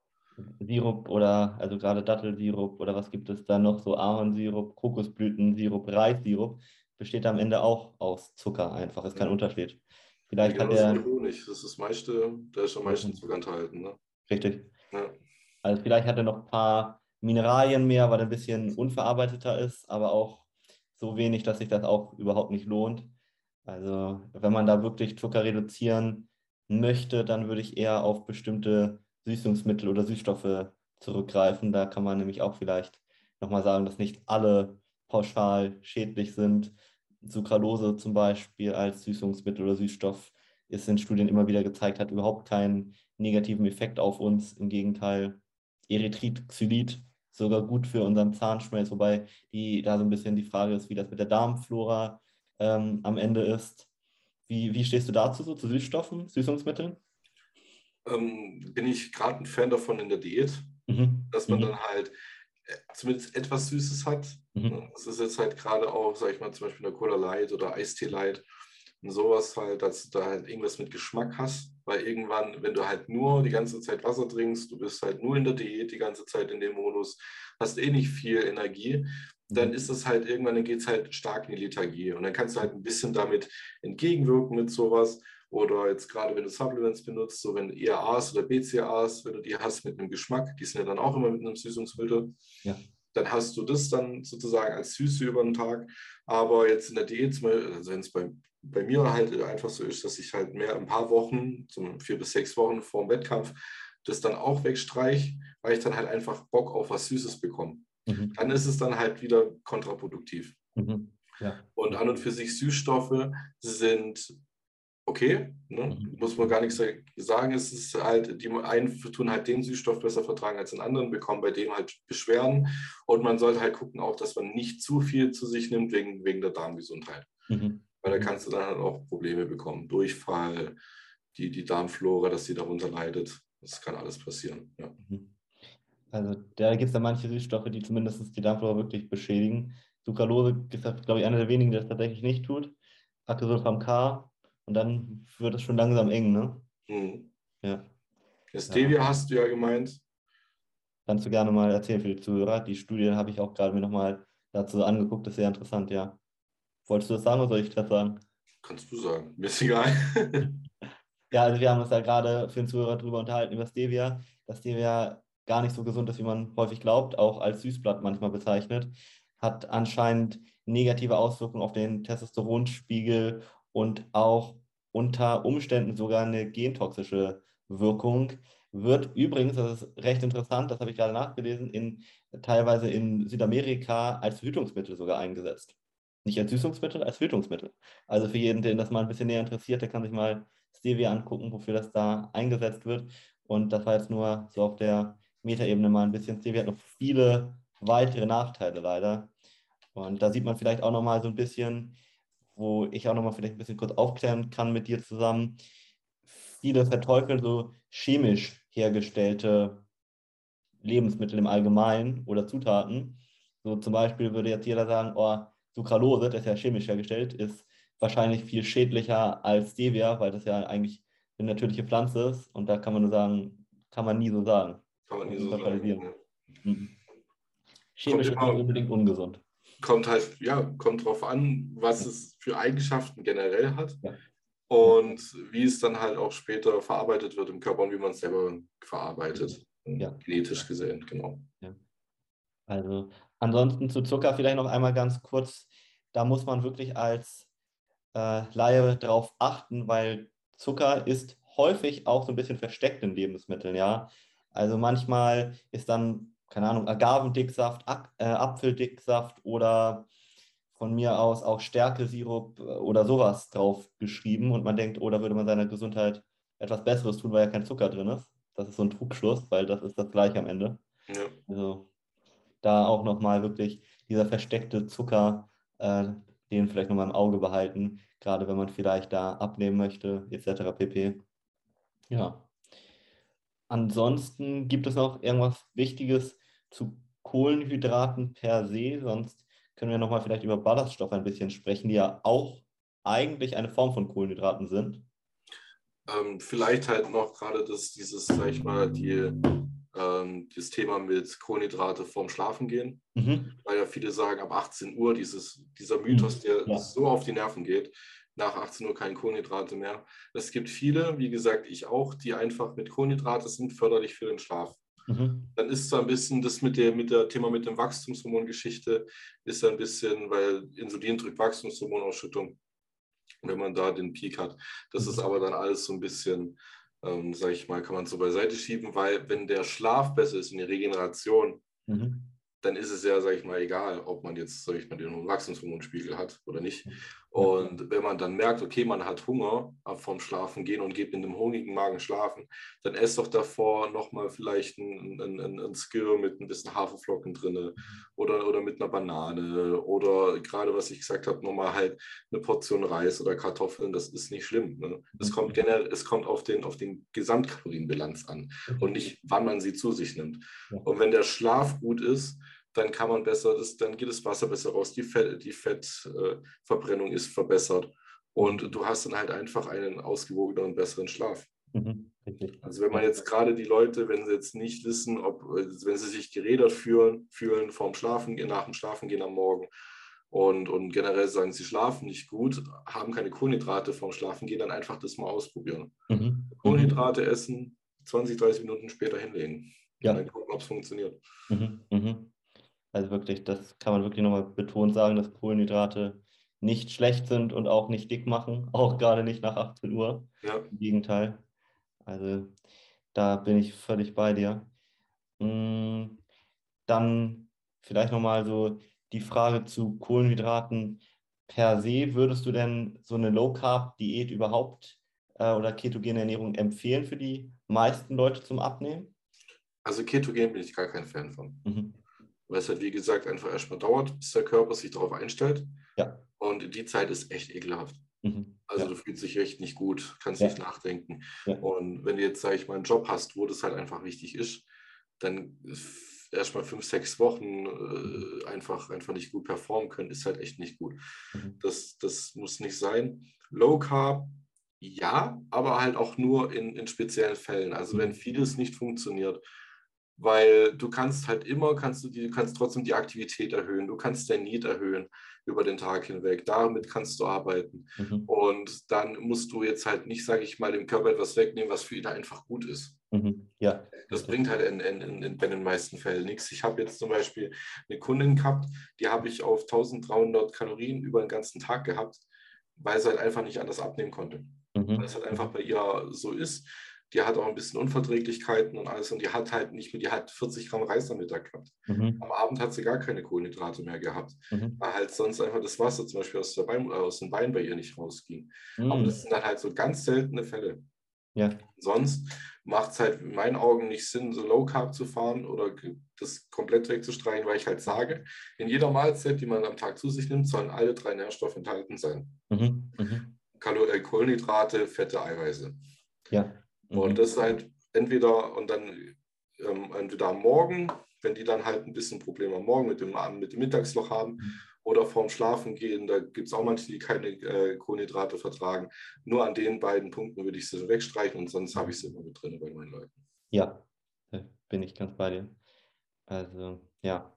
Sirup oder, also gerade Dattelsirup oder was gibt es da noch? So Ahornsirup, Kokosblütensirup, Reissirup besteht am Ende auch aus Zucker einfach, ist kein Unterschied. Ja, Vielleicht hat genauso wie er, Honig. Das ist das meiste, da ist am meisten Zucker enthalten. Ne? richtig, Ja. also vielleicht hat er noch ein paar Mineralien mehr, weil er ein bisschen unverarbeiteter ist, aber auch so wenig, dass sich das auch überhaupt nicht lohnt. Also wenn man da wirklich Zucker reduzieren möchte, dann würde ich eher auf bestimmte Süßungsmittel oder Süßstoffe zurückgreifen. Da kann man nämlich auch vielleicht nochmal sagen, dass nicht alle pauschal schädlich sind. Sucralose zum Beispiel als Süßungsmittel oder Süßstoff ist in Studien immer wieder gezeigt, hat überhaupt keinen negativen Effekt auf uns. Im Gegenteil, Erythrit, Xylit, sogar gut für unseren Zahnschmelz, wobei die, da so ein bisschen die Frage ist, wie das mit der Darmflora ähm, am Ende ist. Wie, wie stehst du dazu, so zu Süßstoffen, Süßungsmitteln? Ähm, bin ich gerade ein Fan davon in der Diät, Mhm. dass man dann Mhm. halt äh, zumindest etwas Süßes hat. Mhm. Das ist jetzt halt gerade auch, sag ich mal, zum Beispiel eine Cola Light oder Eistee Light und sowas halt, dass du da halt irgendwas mit Geschmack hast, weil irgendwann, wenn du halt nur die ganze Zeit Wasser trinkst, du bist halt nur in der Diät die ganze Zeit in dem Modus, hast eh nicht viel Energie, dann ist das halt irgendwann, dann geht es halt stark in die Lethargie und dann kannst du halt ein bisschen damit entgegenwirken mit sowas. Oder jetzt gerade, wenn du Supplements benutzt, so wenn E R As oder B C A As, wenn du die hast mit einem Geschmack, die sind ja dann auch immer mit einem Süßungsmittel. Ja. dann hast du das dann sozusagen als Süße über den Tag. Aber jetzt in der Diät, also wenn es bei, bei mir halt einfach so ist, dass ich halt mehr ein paar Wochen, so vier bis sechs Wochen vor dem Wettkampf, das dann auch wegstreiche, weil ich dann halt einfach Bock auf was Süßes bekomme. Mhm. Dann ist es dann halt wieder kontraproduktiv. Mhm. Ja. Und an und für sich Süßstoffe sind okay, ne? Mhm. Muss man gar nichts sagen. Es ist halt, die einen tun halt den Süßstoff besser vertragen als den anderen, bekommen bei dem halt Beschwerden. Und man sollte halt gucken auch, dass man nicht zu viel zu sich nimmt wegen, wegen der Darmgesundheit. Mhm. Weil da kannst du dann halt auch Probleme bekommen. Durchfall, die, die Darmflora, dass sie darunter leidet. Das kann alles passieren. Ja. Mhm. Also da gibt es ja manche Süßstoffe, die zumindest die Darmflora wirklich beschädigen. Sucralose ist, glaube ich, einer der wenigen, der das tatsächlich nicht tut. Acrylsulfam K und dann wird es schon langsam eng, ne? Hm. Ja. Ja. Stevia hast du ja gemeint. Kannst du gerne mal erzählen für die Zuhörer. Die Studie habe ich auch gerade mir nochmal dazu angeguckt, das ist sehr interessant, ja. Wolltest du das sagen oder soll ich das sagen? Kannst du sagen. Mir ist egal. Ja, also wir haben uns da gerade für den Zuhörer drüber unterhalten, über Stevia, dass Stevia gar nicht so gesund ist, wie man häufig glaubt, auch als Süßblatt manchmal bezeichnet, hat anscheinend negative Auswirkungen auf den Testosteronspiegel und auch unter Umständen sogar eine gentoxische Wirkung. Wird übrigens, das ist recht interessant, das habe ich gerade nachgelesen, in, teilweise in Südamerika als Verhütungsmittel sogar eingesetzt. Nicht als Süßungsmittel, als Verhütungsmittel. Also für jeden, den das mal ein bisschen näher interessiert, der kann sich mal Stevia angucken, wofür das da eingesetzt wird. Und das war jetzt nur so auf der Metaebene mal ein bisschen. Stevia hat noch viele weitere Nachteile leider. Und da sieht man vielleicht auch nochmal so ein bisschen, wo ich auch nochmal vielleicht ein bisschen kurz aufklären kann mit dir zusammen. Viele verteufeln so chemisch hergestellte Lebensmittel im Allgemeinen oder Zutaten. So zum Beispiel würde jetzt jeder sagen, oh, Sucralose, das ist ja chemisch hergestellt, ist wahrscheinlich viel schädlicher als Stevia, weil das ja eigentlich eine natürliche Pflanze ist. Und da kann man nur sagen, kann man nie so sagen. Kann man nie Und so sagen. pauschalisieren. Ne? Mhm. Kommt Chemisch ist nicht immer, unbedingt ungesund. kommt halt, ja, kommt drauf an, was es für Eigenschaften generell hat Ja. Ja. und wie es dann halt auch später verarbeitet wird im Körper und wie man es selber verarbeitet, Ja. genetisch gesehen, genau. Ja. Also ansonsten zu Zucker vielleicht noch einmal ganz kurz. Da muss man wirklich als äh, Laie darauf achten, weil Zucker ist häufig auch so ein bisschen versteckt in Lebensmitteln, ja. Also manchmal ist dann, keine Ahnung, Agavendicksaft, Ap äh, Apfeldicksaft oder von mir aus auch Stärkesirup äh, oder sowas drauf geschrieben und man denkt, oh, da würde man seiner Gesundheit etwas Besseres tun, weil ja kein Zucker drin ist. Das ist so ein Trugschluss, weil das ist das Gleiche am Ende. Ja. Also da auch nochmal wirklich dieser versteckte Zucker, äh, den vielleicht nochmal im Auge behalten, gerade wenn man vielleicht da abnehmen möchte, et cetera pp. Ja. Ansonsten gibt es noch irgendwas Wichtiges zu Kohlenhydraten per se, sonst können wir nochmal vielleicht über Ballaststoffe ein bisschen sprechen, die ja auch eigentlich eine Form von Kohlenhydraten sind. Ähm, vielleicht halt noch gerade das, dieses, sag ich mal, die, ähm, das Thema mit Kohlenhydrate vorm Schlafengehen, Mhm. weil ja viele sagen, ab achtzehn Uhr, dieses, dieser Mythos, Mhm. der Ja. so auf die Nerven geht, nach achtzehn Uhr keine Kohlenhydrate mehr. Es gibt viele, wie gesagt, ich auch, die einfach mit Kohlenhydrate sind förderlich für den Schlaf. Mhm. Dann ist so ein bisschen das mit der, mit der Thema mit dem Wachstumshormongeschichte, ist ein bisschen, weil Insulin drückt Wachstumshormonausschüttung, wenn man da den Peak hat. Das ist Mhm. aber dann alles so ein bisschen, ähm, sage ich mal, kann man so beiseite schieben, weil wenn der Schlaf besser ist und die Regeneration, Mhm. dann ist es ja, sage ich mal, egal, ob man jetzt, sage ich mal, den hohen Wachstumshormonspiegel hat oder nicht. Ja. Und wenn man dann merkt, okay, man hat Hunger vom Schlafen gehen und geht mit einem hungrigen Magen schlafen, dann esst doch davor nochmal vielleicht ein, ein, ein, ein Skir mit ein bisschen Haferflocken drin oder, oder mit einer Banane oder gerade, was ich gesagt habe, nochmal halt eine Portion Reis oder Kartoffeln, das ist nicht schlimm. Ne? Es kommt generell, es kommt auf den, auf den Gesamtkalorienbilanz an und nicht, wann man sie zu sich nimmt. Ja. Und wenn der Schlaf gut ist, dann kann man besser, das, dann geht das Wasser besser raus, die, Fett, die Fettverbrennung äh, ist verbessert und du hast dann halt einfach einen ausgewogenen und besseren Schlaf. Mhm. Richtig. Also wenn man Ja. jetzt gerade die Leute, wenn sie jetzt nicht wissen, ob, wenn sie sich gerädert fühlen, fühlen vorm Schlafen, nach dem Schlafengehen am Morgen und, und generell sagen, sie schlafen nicht gut, haben keine Kohlenhydrate vorm Schlafengehen, dann einfach das mal ausprobieren. Mhm. Kohlenhydrate essen, zwanzig, dreißig Minuten später hinlegen. Ja. Und dann gucken, ob es funktioniert. Mhm. Mhm. Also wirklich, das kann man wirklich nochmal betont sagen, dass Kohlenhydrate nicht schlecht sind und auch nicht dick machen, auch gerade nicht nach achtzehn Uhr. Ja. Im Gegenteil. Also da bin ich völlig bei dir. Mm, Dann vielleicht nochmal so die Frage zu Kohlenhydraten per se. Würdest du denn so eine Low-Carb-Diät überhaupt äh, oder ketogene Ernährung empfehlen für die meisten Leute zum Abnehmen? Also Ketogen bin ich gar kein Fan von. Mhm. Weil es halt, wie gesagt, einfach erstmal dauert, bis der Körper sich darauf einstellt. Ja. Und die Zeit ist echt ekelhaft. Mhm. Also Ja. du fühlst dich echt nicht gut, kannst nicht Ja. nachdenken. Ja. Und wenn du jetzt, sage ich mal, einen Job hast, wo das halt einfach wichtig ist, dann erstmal fünf, sechs Wochen Mhm. äh, einfach, einfach nicht gut performen können, ist halt echt nicht gut. Mhm. Das, das muss nicht sein. Low Carb, ja, aber halt auch nur in, in speziellen Fällen. Also wenn Mhm. vieles nicht funktioniert, weil du kannst halt immer, kannst du, die, du kannst trotzdem die Aktivität erhöhen, du kannst dein Need erhöhen über den Tag hinweg, damit kannst du arbeiten. Mhm. Und dann musst du jetzt halt nicht, sage ich mal, dem Körper etwas wegnehmen, was für ihn einfach gut ist. Mhm. Ja, Das richtig. bringt halt in, in, in, in den meisten Fällen nichts. Ich habe jetzt zum Beispiel eine Kundin gehabt, die habe ich auf eintausenddreihundert Kalorien über den ganzen Tag gehabt, weil sie halt einfach nicht anders abnehmen konnte. Weil es Mhm. halt einfach Mhm. bei ihr so ist. Die hat auch ein bisschen Unverträglichkeiten und alles und die hat halt nicht mehr, die hat vierzig Gramm Reis am Mittag gehabt. Mhm. Am Abend hat sie gar keine Kohlenhydrate mehr gehabt, Mhm. weil halt sonst einfach das Wasser zum Beispiel aus, der Bein, äh, aus dem Bein bei ihr nicht rausging. Aber das Mhm. sind dann halt so ganz seltene Fälle. Ja. Sonst macht es halt in meinen Augen nicht Sinn, so Low Carb zu fahren oder das komplett wegzustreichen, weil ich halt sage, in jeder Mahlzeit, die man am Tag zu sich nimmt, sollen alle drei Nährstoffe enthalten sein. Mhm. Mhm. Kalo äh, Kohlenhydrate, Fette, Eiweiße. Ja. Und Mhm. das ist halt entweder und dann ähm, entweder am Morgen, wenn die dann halt ein bisschen Probleme am Morgen mit dem, mit dem Mittagsloch haben, oder vorm Schlafen gehen. Da gibt es auch manche, die keine äh, Kohlenhydrate vertragen. Nur an den beiden Punkten würde ich sie wegstreichen und sonst habe ich sie immer mit drin bei meinen Leuten. Ja, da bin ich ganz bei dir. Also, ja,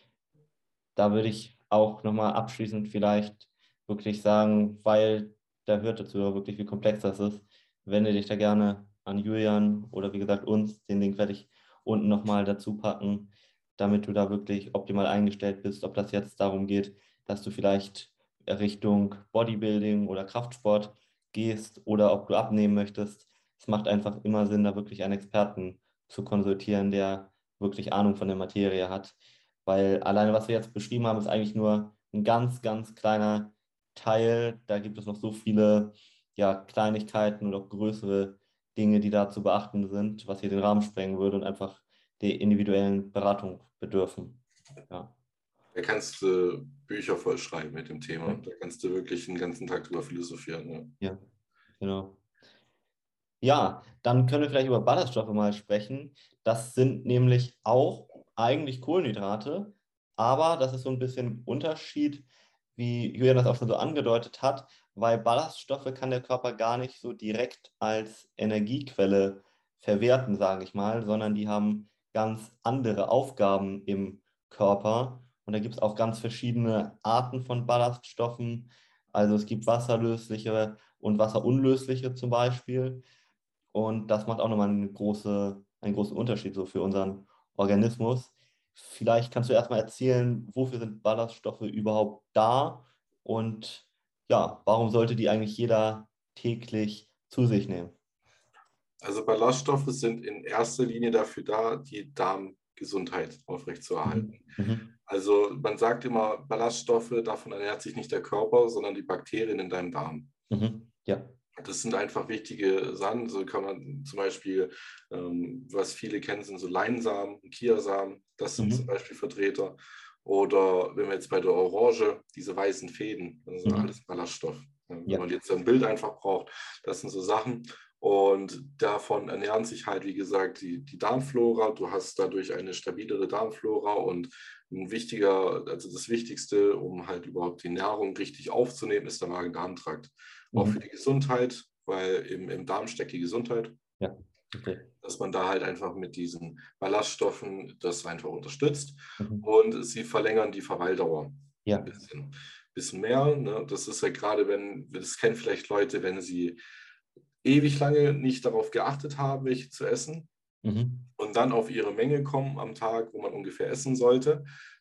da würde ich auch nochmal abschließend vielleicht wirklich sagen, weil da hört dazu ja wirklich, wie komplex das ist, wende dich da gerne an Julian oder wie gesagt uns. Den Link werde ich unten nochmal dazu packen, damit du da wirklich optimal eingestellt bist, ob das jetzt darum geht, dass du vielleicht Richtung Bodybuilding oder Kraftsport gehst oder ob du abnehmen möchtest. Es macht einfach immer Sinn, da wirklich einen Experten zu konsultieren, der wirklich Ahnung von der Materie hat. Weil alleine, was wir jetzt beschrieben haben, ist eigentlich nur ein ganz, ganz kleiner Teil. Da gibt es noch so viele ja, Kleinigkeiten und auch größere Dinge, die da zu beachten sind, was hier den Rahmen sprengen würde und einfach der individuellen Beratung bedürfen. Ja. Da kannst du Bücher voll schreiben mit dem Ja, Thema. Da kannst du wirklich den ganzen Tag drüber philosophieren. Ja. ja, genau. Ja, dann können wir vielleicht über Ballaststoffe mal sprechen. Das sind nämlich auch eigentlich Kohlenhydrate, aber das ist so ein bisschen Unterschied, wie Julian das auch schon so angedeutet hat, weil Ballaststoffe kann der Körper gar nicht so direkt als Energiequelle verwerten, sage ich mal, sondern die haben ganz andere Aufgaben im Körper. Und da gibt es auch ganz verschiedene Arten von Ballaststoffen. Also es gibt wasserlösliche und wasserunlösliche zum Beispiel. Und das macht auch nochmal eine große, einen großen Unterschied so für unseren Organismus. Vielleicht kannst du erstmal erzählen, wofür sind Ballaststoffe überhaupt da und ja, warum sollte die eigentlich jeder täglich zu sich nehmen? Also Ballaststoffe sind in erster Linie dafür da, die Darmgesundheit Mhm. aufrechtzuerhalten. Mhm. Also man sagt immer, Ballaststoffe, davon ernährt sich nicht der Körper, sondern die Bakterien in deinem Darm. Mhm. Ja. Das sind einfach wichtige Sachen. So kann man zum Beispiel, ähm, was viele kennen, sind so Leinsamen, Chiasamen. Das sind zum Mhm. Beispiel Vertreter. Oder wenn wir jetzt bei der Orange, diese weißen Fäden, das ist Mhm. alles Ballaststoff. Ja, wenn Ja. man jetzt ein Bild einfach braucht, das sind so Sachen. Und davon ernähren sich halt, wie gesagt, die, die Darmflora. Du hast dadurch eine stabilere Darmflora und ein wichtiger, also das Wichtigste, um halt überhaupt die Nahrung richtig aufzunehmen, ist der Magen-Darm-Trakt. Auch für Mhm. die Gesundheit, weil im, im Darm steckt die Gesundheit, Ja. Okay. dass man da halt einfach mit diesen Ballaststoffen das einfach unterstützt Mhm. und sie verlängern die Verweildauer ein Ja. bisschen, bisschen mehr. Ne? Das ist ja gerade, wenn, das kennen vielleicht Leute, wenn sie ewig lange nicht darauf geachtet haben, welche zu essen Mhm. und dann auf ihre Menge kommen am Tag, wo man ungefähr essen sollte,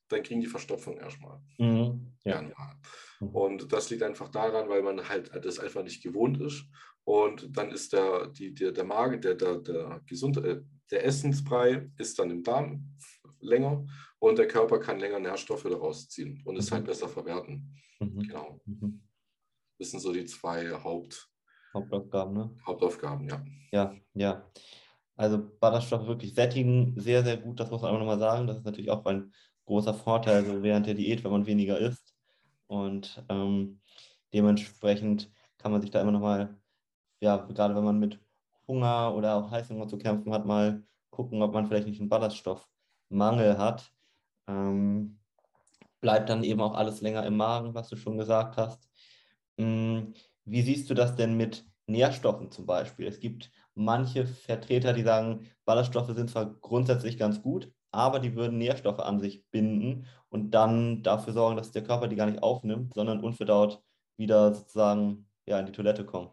dann kriegen die Verstopfung erstmal. Mhm. Ja. Gerne. Mhm. Und das liegt einfach daran, weil man halt das einfach nicht gewohnt ist. Und dann ist der, die, der, der Magen, der, der, der, Gesund, äh, der Essensbrei ist dann im Darm länger und der Körper kann länger Nährstoffe daraus ziehen und es Mhm. halt besser verwerten. Mhm. Genau. Mhm. Das sind so die zwei Haupt, Hauptaufgaben, ne? Hauptaufgaben, ja. Ja, ja. Also Ballaststoffe wirklich sättigen, sehr, sehr gut, das muss man einfach nochmal sagen. Das ist natürlich auch ein großer Vorteil so während der Diät, wenn man weniger isst. Und ähm, dementsprechend kann man sich da immer nochmal, ja, gerade wenn man mit Hunger oder auch Heißhunger zu kämpfen hat, mal gucken, ob man vielleicht nicht einen Ballaststoffmangel hat. Ähm, bleibt dann eben auch alles länger im Magen, was du schon gesagt hast. Mm, Wie siehst du das denn mit Nährstoffen zum Beispiel? Es gibt manche Vertreter, die sagen, Ballaststoffe sind zwar grundsätzlich ganz gut, aber die würden Nährstoffe an sich binden und dann dafür sorgen, dass der Körper die gar nicht aufnimmt, sondern unverdaut wieder sozusagen ja, in die Toilette kommen.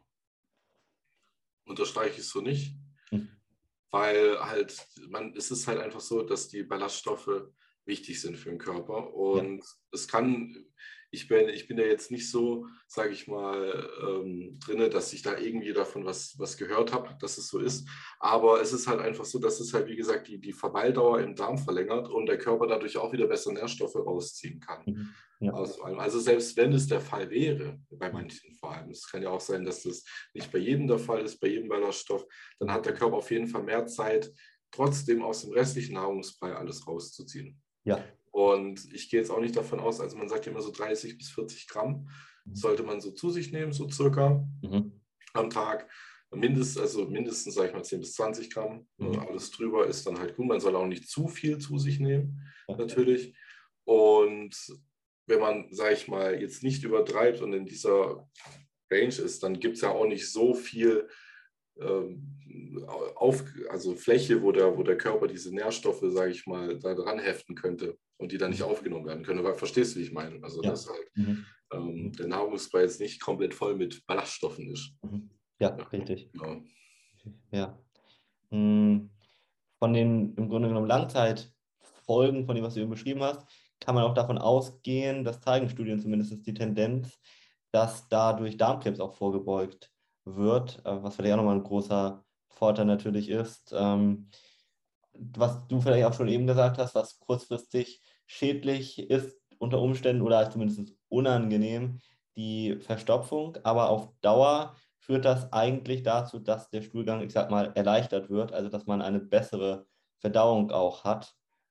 Unterstreiche ich so nicht, Hm. weil halt, man, es ist halt einfach so, dass die Ballaststoffe wichtig sind für den Körper. Ja. Und es kann, ich bin, ich bin ja jetzt nicht so, sage ich mal, ähm, drin, dass ich da irgendwie davon was, was gehört habe, dass es so ist. Aber es ist halt einfach so, dass es halt, wie gesagt, die, die Verweildauer im Darm verlängert und der Körper dadurch auch wieder besser Nährstoffe rausziehen kann. Mhm. Ja. Aus allem. Also selbst wenn es der Fall wäre, bei manchen vor allem, es kann ja auch sein, dass das nicht bei jedem der Fall ist, bei jedem Ballaststoff, dann hat der Körper auf jeden Fall mehr Zeit, trotzdem aus dem restlichen Nahrungsbrei alles rauszuziehen. Ja. Und ich gehe jetzt auch nicht davon aus, also man sagt ja immer so dreißig bis vierzig Gramm sollte man so zu sich nehmen, so circa Mhm. am Tag. Mindest, also mindestens, sage ich mal, zehn bis zwanzig Gramm. Mhm. Alles drüber ist dann halt gut. Man soll auch nicht zu viel zu sich nehmen, Ja. natürlich. Und wenn man, sage ich mal, jetzt nicht übertreibt und in dieser Range ist, dann gibt es ja auch nicht so viel ähm, auf, also Fläche, wo der, wo der Körper diese Nährstoffe, sage ich mal, da dran heften könnte und die dann nicht aufgenommen werden können. Weil, verstehst du, wie ich meine? Also, Ja. dass halt Mhm. ähm, der Nahrungsbrei jetzt nicht komplett voll mit Ballaststoffen ist. Mhm. Ja, Ja, richtig. genau. Ja. Hm, Von den im Grunde genommen Langzeitfolgen, von dem, was du eben beschrieben hast, kann man auch davon ausgehen, das zeigen Studien zumindest die Tendenz, dass dadurch Darmkrebs auch vorgebeugt wird, äh, was vielleicht auch nochmal ein großer Vorteil natürlich ist. Ähm, was du vielleicht auch schon eben gesagt hast, was kurzfristig schädlich ist unter Umständen oder zumindest unangenehm, die Verstopfung, aber auf Dauer führt das eigentlich dazu, dass der Stuhlgang, ich sag mal, erleichtert wird, also dass man eine bessere Verdauung auch hat.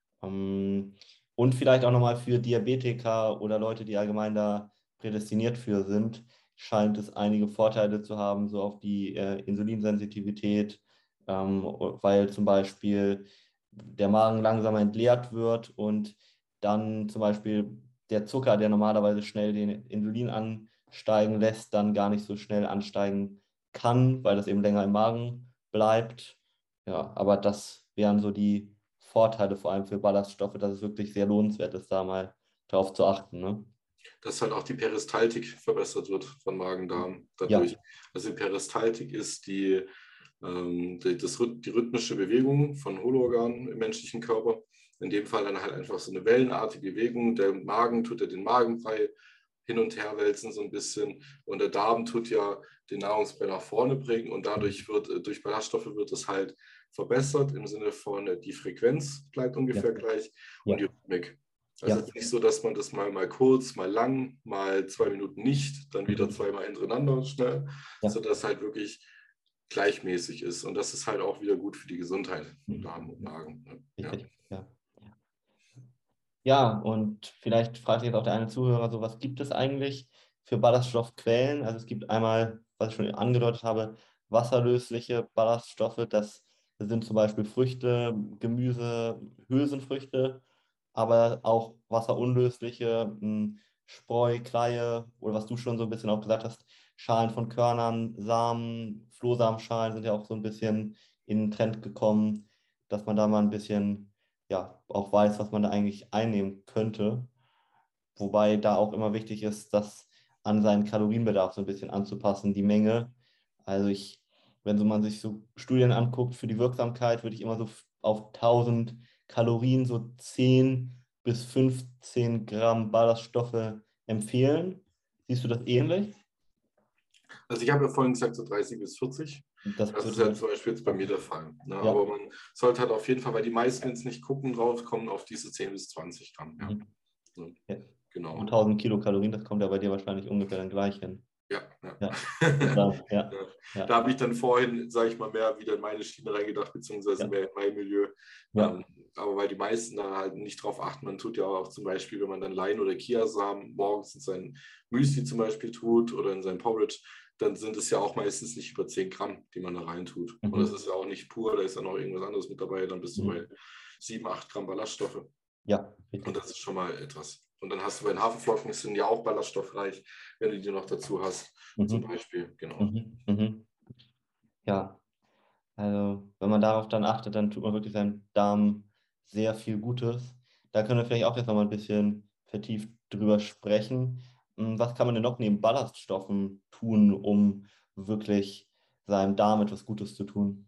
Ähm, Und vielleicht auch nochmal für Diabetiker oder Leute, die allgemein da prädestiniert für sind, scheint es einige Vorteile zu haben, so auf die äh, Insulinsensitivität, ähm, weil zum Beispiel der Magen langsamer entleert wird und dann zum Beispiel der Zucker, der normalerweise schnell den Insulin ansteigen lässt, dann gar nicht so schnell ansteigen kann, weil das eben länger im Magen bleibt. Ja, aber das wären so die Vorteile, vor allem für Ballaststoffe, dass es wirklich sehr lohnenswert ist, da mal drauf zu achten. Ne? Dass halt auch die Peristaltik verbessert wird von Magen-Darm Ja, dadurch. Also die Peristaltik ist die, ähm, die, das, die rhythmische Bewegung von Hohlorganen im menschlichen Körper. In dem Fall dann halt einfach so eine wellenartige Bewegung. Der Magen tut ja den Magenbrei hin und her wälzen so ein bisschen und der Darm tut ja den Nahrungsbrei nach vorne bringen und dadurch wird, durch Ballaststoffe wird es halt verbessert im Sinne von, die Frequenz bleibt ja, ungefähr gleich und ja, die Rhythmik. Also ja. es ist nicht so, dass man das mal, mal kurz, mal lang, mal zwei Minuten nicht, dann wieder zweimal hintereinander schnell, Ja. sodass es halt wirklich gleichmäßig ist. Und das ist halt auch wieder gut für die Gesundheit von Darm und Magen. Ne? Ja. Richtig, ja. Ja, und vielleicht fragt sich jetzt auch der eine Zuhörer, so was gibt es eigentlich für Ballaststoffquellen? Also es gibt einmal, was ich schon angedeutet habe, wasserlösliche Ballaststoffe. Das sind zum Beispiel Früchte, Gemüse, Hülsenfrüchte, aber auch wasserunlösliche, mh, Spreu, Kleie oder was du schon so ein bisschen auch gesagt hast, Schalen von Körnern, Samen, Flohsamenschalen sind ja auch so ein bisschen in den Trend gekommen, dass man da mal ein bisschen ja, auch weiß, was man da eigentlich einnehmen könnte. Wobei da auch immer wichtig ist, das an seinen Kalorienbedarf so ein bisschen anzupassen, die Menge. Also ich, wenn so man sich so Studien anguckt für die Wirksamkeit, würde ich immer so auf tausend Kalorien so zehn bis fünfzehn Gramm Ballaststoffe empfehlen. Siehst du das ähnlich? Also ich habe ja vorhin gesagt, so dreißig bis vierzig. Das, Das ist würde, ja zum Beispiel jetzt bei mir der Fall. Ne? ja. Aber man sollte halt auf jeden Fall, weil die meisten jetzt nicht gucken drauf, kommen auf diese zehn bis zwanzig Gramm. Ja. Mhm. Ne? Ja. Genau. Und tausend Kilokalorien, das kommt ja bei dir wahrscheinlich ungefähr dann gleich hin. Ja, ja. Ja. Ja. Ja. Ja. Ja. Da habe ich dann vorhin, sage ich mal, mehr wieder in meine Schiene reingedacht, beziehungsweise Ja. mehr in mein Milieu. Ja. Ähm, aber weil die meisten da halt nicht drauf achten, man tut ja auch zum Beispiel, wenn man dann Lein- oder Chiasamen morgens in sein Müsli zum Beispiel tut oder in sein Porridge, dann sind es ja auch meistens nicht über zehn Gramm, die man da reintut. Mhm. Und das ist ja auch nicht pur, da ist ja noch irgendwas anderes mit dabei, dann bist du Mhm. bei sieben, acht Gramm Ballaststoffe. Ja, richtig. Und das ist schon mal etwas. Und dann hast du bei den Haferflocken, die sind ja auch ballaststoffreich, wenn du die noch dazu hast, Mhm. zum Beispiel. Genau. Mhm. Mhm. Ja, also wenn man darauf dann achtet, dann tut man wirklich seinem Darm sehr viel Gutes. Da können wir vielleicht auch jetzt noch mal ein bisschen vertieft drüber sprechen. Hm, Was kann man denn noch neben Ballaststoffen tun, um wirklich seinem Darm etwas Gutes zu tun?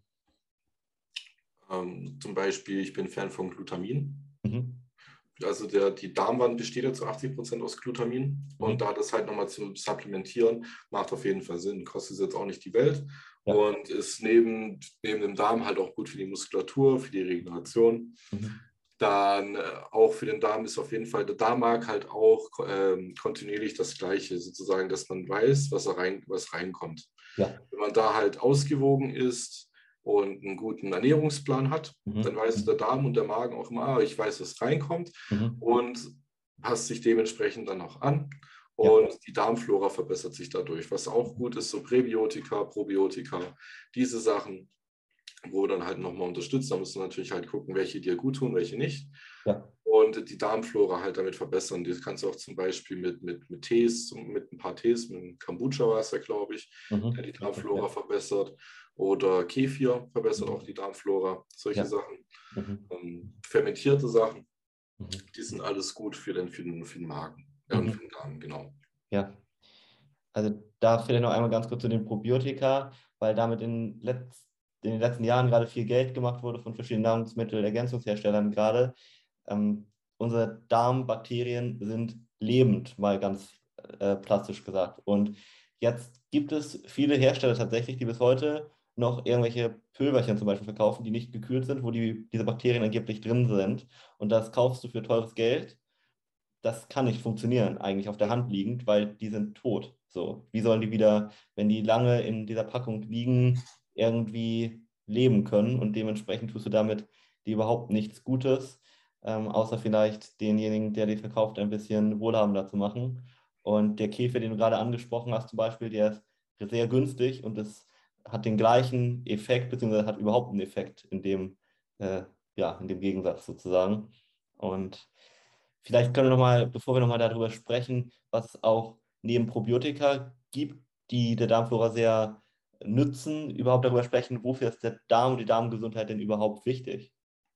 Ähm, zum Beispiel, ich bin Fan von Glutamin. Mhm. Also der, die Darmwand besteht ja zu achtzig Prozent aus Glutamin. Und Mhm. da das halt nochmal zu supplementieren, macht auf jeden Fall Sinn. Kostet jetzt auch nicht die Welt. Ja. Und ist neben, neben dem Darm halt auch gut für die Muskulatur, für die Regeneration. Mhm. Dann äh, auch für den Darm ist auf jeden Fall, der Darm mag halt auch ähm, kontinuierlich das Gleiche, sozusagen, dass man weiß, was, rein, was reinkommt. Ja. Wenn man da halt ausgewogen ist und einen guten Ernährungsplan hat, Mhm. dann weiß der Darm und der Magen auch immer, ah, ich weiß, was reinkommt Mhm. und passt sich dementsprechend dann auch an. Ja. Und die Darmflora verbessert sich dadurch. Was auch gut ist, so Präbiotika, Probiotika, diese Sachen, wo dann halt nochmal unterstützt. Da musst du natürlich halt gucken, welche dir gut tun, welche nicht. Ja. Und die Darmflora halt damit verbessern. Das kannst du auch zum Beispiel mit, mit, mit Tees, mit ein paar Tees, mit einem Kombucha-Wasser, glaube ich, Mhm. der die Darmflora Ja. verbessert. Oder Kefir verbessert auch die Darmflora. Solche Ja. Sachen. Mhm. Ähm, fermentierte Sachen, Mhm. die sind alles gut für den, für den, für den Magen äh, und Mhm. für den Darm, genau. Ja. Also da vielleicht noch einmal ganz kurz zu den Probiotika, weil damit in, letz, in den letzten Jahren gerade viel Geld gemacht wurde von verschiedenen Nahrungsmittelergänzungsherstellern gerade. Ähm, unsere Darmbakterien sind lebend, mal ganz äh, plastisch gesagt. Und jetzt gibt es viele Hersteller tatsächlich, die bis heute noch irgendwelche Pülverchen zum Beispiel verkaufen, die nicht gekühlt sind, wo die, diese Bakterien angeblich drin sind. Und das kaufst du für teures Geld. Das kann nicht funktionieren, eigentlich auf der Hand liegend, weil die sind tot. So, wie sollen die wieder, wenn die lange in dieser Packung liegen, irgendwie leben können? Und dementsprechend tust du damit die überhaupt nichts Gutes, ähm, außer vielleicht denjenigen, der die verkauft, ein bisschen wohlhabender zu machen. Und der Käfer, den du gerade angesprochen hast, zum Beispiel, der ist sehr günstig und es hat den gleichen Effekt, beziehungsweise hat überhaupt einen Effekt in dem, äh, ja, in dem Gegensatz sozusagen. Und vielleicht können wir nochmal, bevor wir nochmal darüber sprechen, was es auch neben Probiotika gibt, die der Darmflora sehr nützen, überhaupt darüber sprechen, wofür ist der Darm und die Darmgesundheit denn überhaupt wichtig?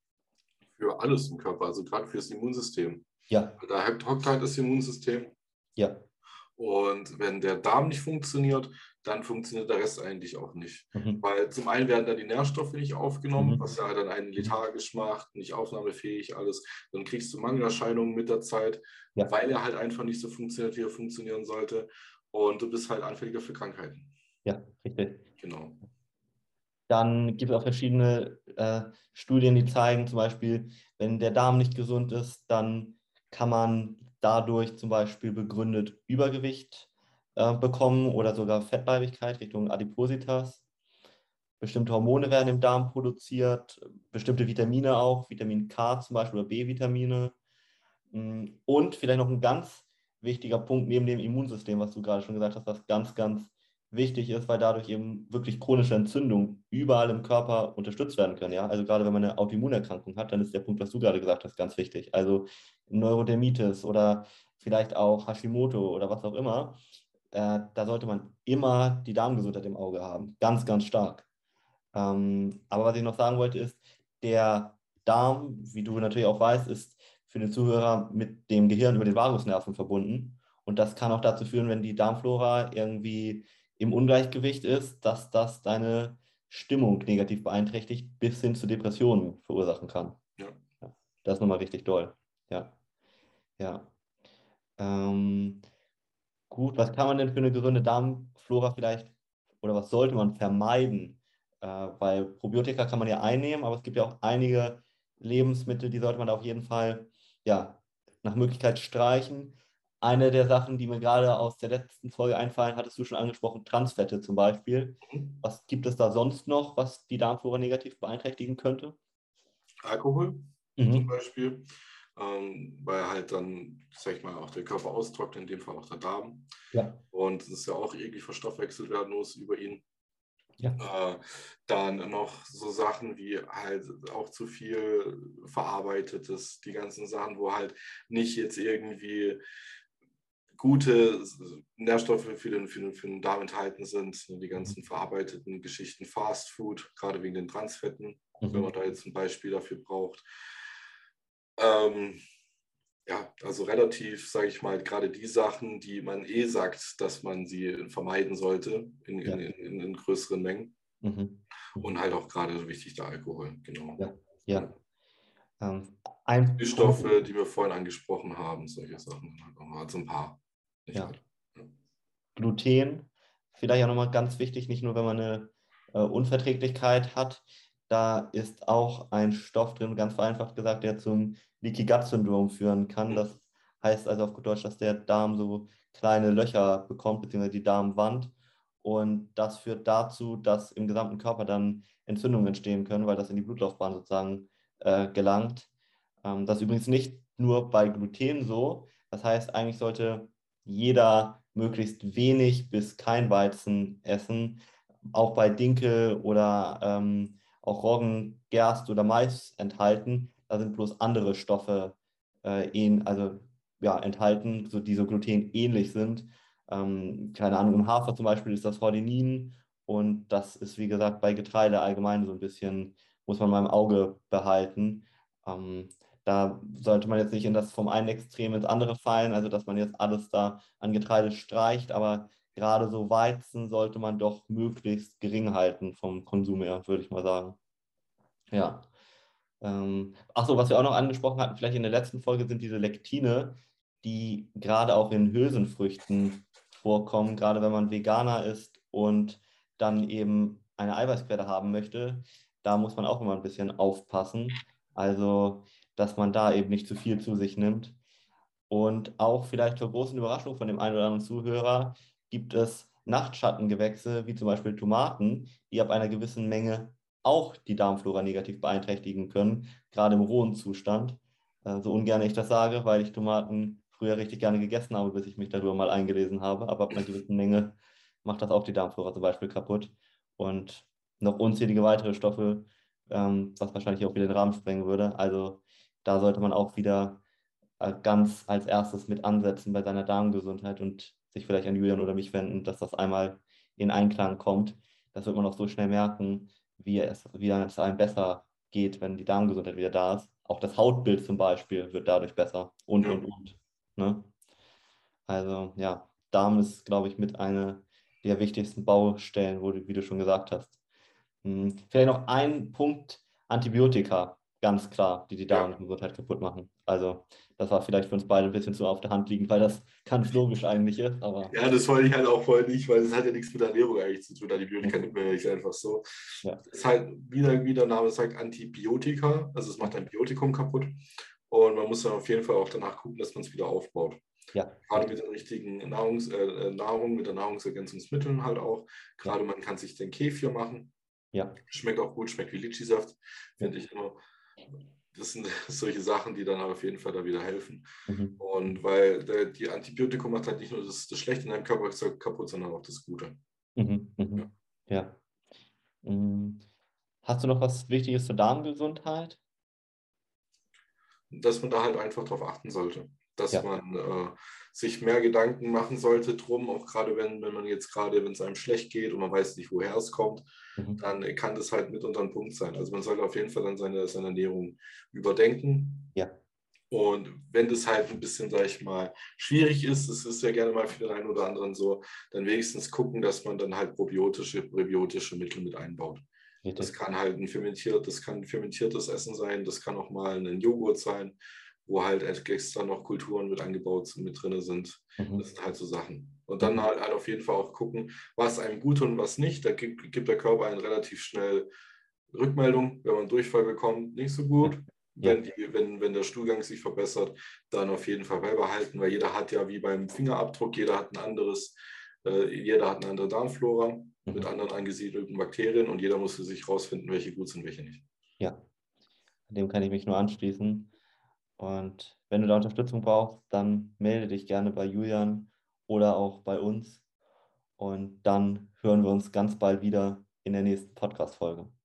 Für alles im Körper, also gerade fürs Immunsystem. Ja, Da hockt halt das Immunsystem. ja. Und wenn der Darm nicht funktioniert, dann funktioniert der Rest eigentlich auch nicht. Mhm. Weil zum einen werden dann die Nährstoffe nicht aufgenommen, Mhm. was ja dann einen lethargisch macht, nicht aufnahmefähig, alles. Dann kriegst du Mangelerscheinungen mit der Zeit, Ja. weil er halt einfach nicht so funktioniert, wie er funktionieren sollte. Und du bist halt anfälliger für Krankheiten. Ja, richtig. Genau. Dann gibt es auch verschiedene äh, Studien, die zeigen, zum Beispiel, wenn der Darm nicht gesund ist, dann kann man dadurch zum Beispiel begründet Übergewicht äh, bekommen oder sogar Fettleibigkeit Richtung Adipositas. Bestimmte Hormone werden im Darm produziert, bestimmte Vitamine auch, Vitamin K zum Beispiel oder B-Vitamine. Und vielleicht noch ein ganz wichtiger Punkt neben dem Immunsystem, was du gerade schon gesagt hast, was ganz, ganz wichtig ist, weil dadurch eben wirklich chronische Entzündungen überall im Körper unterstützt werden können. Ja? Also gerade wenn man eine Autoimmunerkrankung hat, dann ist der Punkt, was du gerade gesagt hast, ganz wichtig. Also Neurodermitis oder vielleicht auch Hashimoto oder was auch immer. Äh, da sollte man immer die Darmgesundheit im Auge haben. Ganz, ganz stark. Ähm, aber was ich noch sagen wollte ist, der Darm, wie du natürlich auch weißt, ist für den Zuhörer mit dem Gehirn über den Vagusnerven verbunden. Und das kann auch dazu führen, wenn die Darmflora irgendwie im Ungleichgewicht ist, dass das deine Stimmung negativ beeinträchtigt, bis hin zu Depressionen verursachen kann. Ja. Ja, das ist nochmal richtig doll. Ja. Ja. Ähm, gut, was kann man denn für eine gesunde Darmflora vielleicht oder was sollte man vermeiden? Äh, weil Probiotika kann man ja einnehmen, aber es gibt ja auch einige Lebensmittel, die sollte man auf jeden Fall ja, nach Möglichkeit streichen. Eine der Sachen, die mir gerade aus der letzten Folge einfallen, hattest du schon angesprochen, Transfette zum Beispiel. Mhm. Was gibt es da sonst noch, was die Darmflora negativ beeinträchtigen könnte? Alkohol zum Mhm. Beispiel, ähm, weil halt dann, sag ich mal, auch der Körper austrocknet, in dem Fall auch der Darm. Ja, Und es ist ja auch irgendwie verstoffwechselt werden muss über ihn. ja. Äh, dann noch so Sachen wie halt auch zu viel verarbeitetes, die ganzen Sachen, wo halt nicht jetzt irgendwie gute Nährstoffe für den, für den, für den Darm enthalten sind. Die Mhm. ganzen verarbeiteten Geschichten, Fast Food, gerade wegen den Transfetten, wenn man Mhm. da jetzt ein Beispiel dafür braucht. Ähm, ja, also relativ, sage ich mal, gerade die Sachen, die man eh sagt, dass man sie vermeiden sollte in, in, Ja. in, in größeren Mengen. Mhm. Und Mhm. halt auch gerade so wichtig der Alkohol, genau. Ja, Ja. ja. Ähm, ein Die Punkt, Stoffe, die wir vorhin angesprochen haben, solche Sachen. Also ein paar, nicht ja, alle. Ja. Gluten, vielleicht auch nochmal ganz wichtig, nicht nur wenn man eine äh, Unverträglichkeit hat, da ist auch ein Stoff drin, ganz vereinfacht gesagt, der zum Leaky Gut Syndrom führen kann. Mhm. Das heißt also auf gut Deutsch, dass der Darm so kleine Löcher bekommt, beziehungsweise die Darmwand. Und das führt dazu, dass im gesamten Körper dann Entzündungen entstehen können, weil das in die Blutlaufbahn sozusagen äh, gelangt. Ähm, das ist übrigens nicht nur bei Gluten so. Das heißt, eigentlich sollte jeder möglichst wenig bis kein Weizen essen. Auch bei Dinkel oder ähm, auch Roggen, Gerst oder Mais enthalten. Da sind bloß andere Stoffe äh, ähn, also, ja, enthalten, so, die so glutenähnlich sind. Ähm, keine Ahnung, im Hafer zum Beispiel ist das Hordenin und das ist, wie gesagt, bei Getreide allgemein so ein bisschen, muss man mal im Auge behalten. Ähm, Da sollte man jetzt nicht in das vom einen Extrem ins andere fallen, also dass man jetzt alles da an Getreide streicht, aber gerade so Weizen sollte man doch möglichst gering halten vom Konsum her, würde ich mal sagen. Ja. Ähm, achso, was wir auch noch angesprochen hatten, vielleicht in der letzten Folge, sind diese Lektine, die gerade auch in Hülsenfrüchten vorkommen, gerade wenn man Veganer ist und dann eben eine Eiweißquelle haben möchte. Da muss man auch immer ein bisschen aufpassen. Also, dass man da eben nicht zu viel zu sich nimmt. Und auch vielleicht zur großen Überraschung von dem einen oder anderen Zuhörer gibt es Nachtschattengewächse, wie zum Beispiel Tomaten, die ab einer gewissen Menge auch die Darmflora negativ beeinträchtigen können, gerade im rohen Zustand. Äh, so ungern ich das sage, weil ich Tomaten früher richtig gerne gegessen habe, bis ich mich darüber mal eingelesen habe. Aber ab einer gewissen Menge macht das auch die Darmflora zum Beispiel kaputt. Und noch unzählige weitere Stoffe, ähm, was wahrscheinlich auch wieder den Rahmen sprengen würde. Also da sollte man auch wieder äh, ganz als erstes mit ansetzen bei seiner Darmgesundheit und sich vielleicht an Julian oder mich wenden, dass das einmal in Einklang kommt. Das wird man auch so schnell merken, wie es, wie es einem besser geht, wenn die Darmgesundheit wieder da ist. Auch das Hautbild zum Beispiel wird dadurch besser und, Ja. und, und. Ne? Also ja, Darm ist, glaube ich, mit einer der wichtigsten Baustellen, wo du, wie du schon gesagt hast. Hm, vielleicht noch ein Punkt: Antibiotika, ganz klar, die die Ja. Darmgesundheit kaputt machen. Also, das war vielleicht für uns beide ein bisschen zu auf der Hand liegend, weil das ganz logisch eigentlich ist, aber Ja, das wollte ich halt auch vorher nicht, weil es hat ja nichts mit Ernährung eigentlich zu tun. Antibiotika nimmt mhm. man ja nicht einfach so. Ja, Es ist halt, wieder, wie der Name sagt, Antibiotika. Also es macht ja, ein Biotikum kaputt. Und man muss dann auf jeden Fall auch danach gucken, dass man es wieder aufbaut. ja, Gerade mit richtig. den richtigen Nahrungs, äh, Nahrung, mit den Nahrungsergänzungsmitteln halt auch. Ja, Gerade man kann sich den Kefir machen. ja, Schmeckt auch gut, schmeckt wie Litschi-Saft, ja. finde ich immer. Das sind solche Sachen, die dann auf jeden Fall da wieder helfen. Mhm. Und weil der, die Antibiotikum macht halt nicht nur das, das Schlechte in deinem Körper kaputt, sondern auch das Gute. Mhm. Ja. Mhm. Ja. Mhm. Hast du noch was Wichtiges zur Darmgesundheit? Dass man da halt einfach drauf achten sollte. Dass Ja. man äh, sich mehr Gedanken machen sollte drum, auch gerade wenn, wenn man jetzt gerade, wenn es einem schlecht geht und man weiß nicht, woher es kommt, Mhm. dann kann das halt mitunter ein Punkt sein. Also man sollte auf jeden Fall dann seine, seine Ernährung überdenken. Ja. Und wenn das halt ein bisschen, sag ich mal, schwierig ist, das ist ja gerne mal für den einen oder anderen so, dann wenigstens gucken, dass man dann halt probiotische, präbiotische Mittel mit einbaut. Das Richtig. kann halt ein fermentiert, das kann ein fermentiertes Essen sein, das kann auch mal ein Joghurt sein, wo halt extra noch Kulturen mit eingebaut mit drin sind. Mhm. Das sind halt so Sachen. Und dann halt, halt auf jeden Fall auch gucken, was einem gut tut und was nicht. Da gibt, gibt der Körper einen relativ schnell Rückmeldung, wenn man Durchfall bekommt, nicht so gut. Ja. Wenn, die, wenn, wenn der Stuhlgang sich verbessert, dann auf jeden Fall beibehalten, weil jeder hat ja wie beim Fingerabdruck, jeder hat ein anderes, äh, jeder hat eine andere Darmflora mhm. mit anderen angesiedelten Bakterien und jeder muss für sich rausfinden, welche gut sind, welche nicht. Ja, dem kann ich mich nur anschließen. Und wenn du da Unterstützung brauchst, dann melde dich gerne bei Julian oder auch bei uns. Und dann hören wir uns ganz bald wieder in der nächsten Podcast-Folge.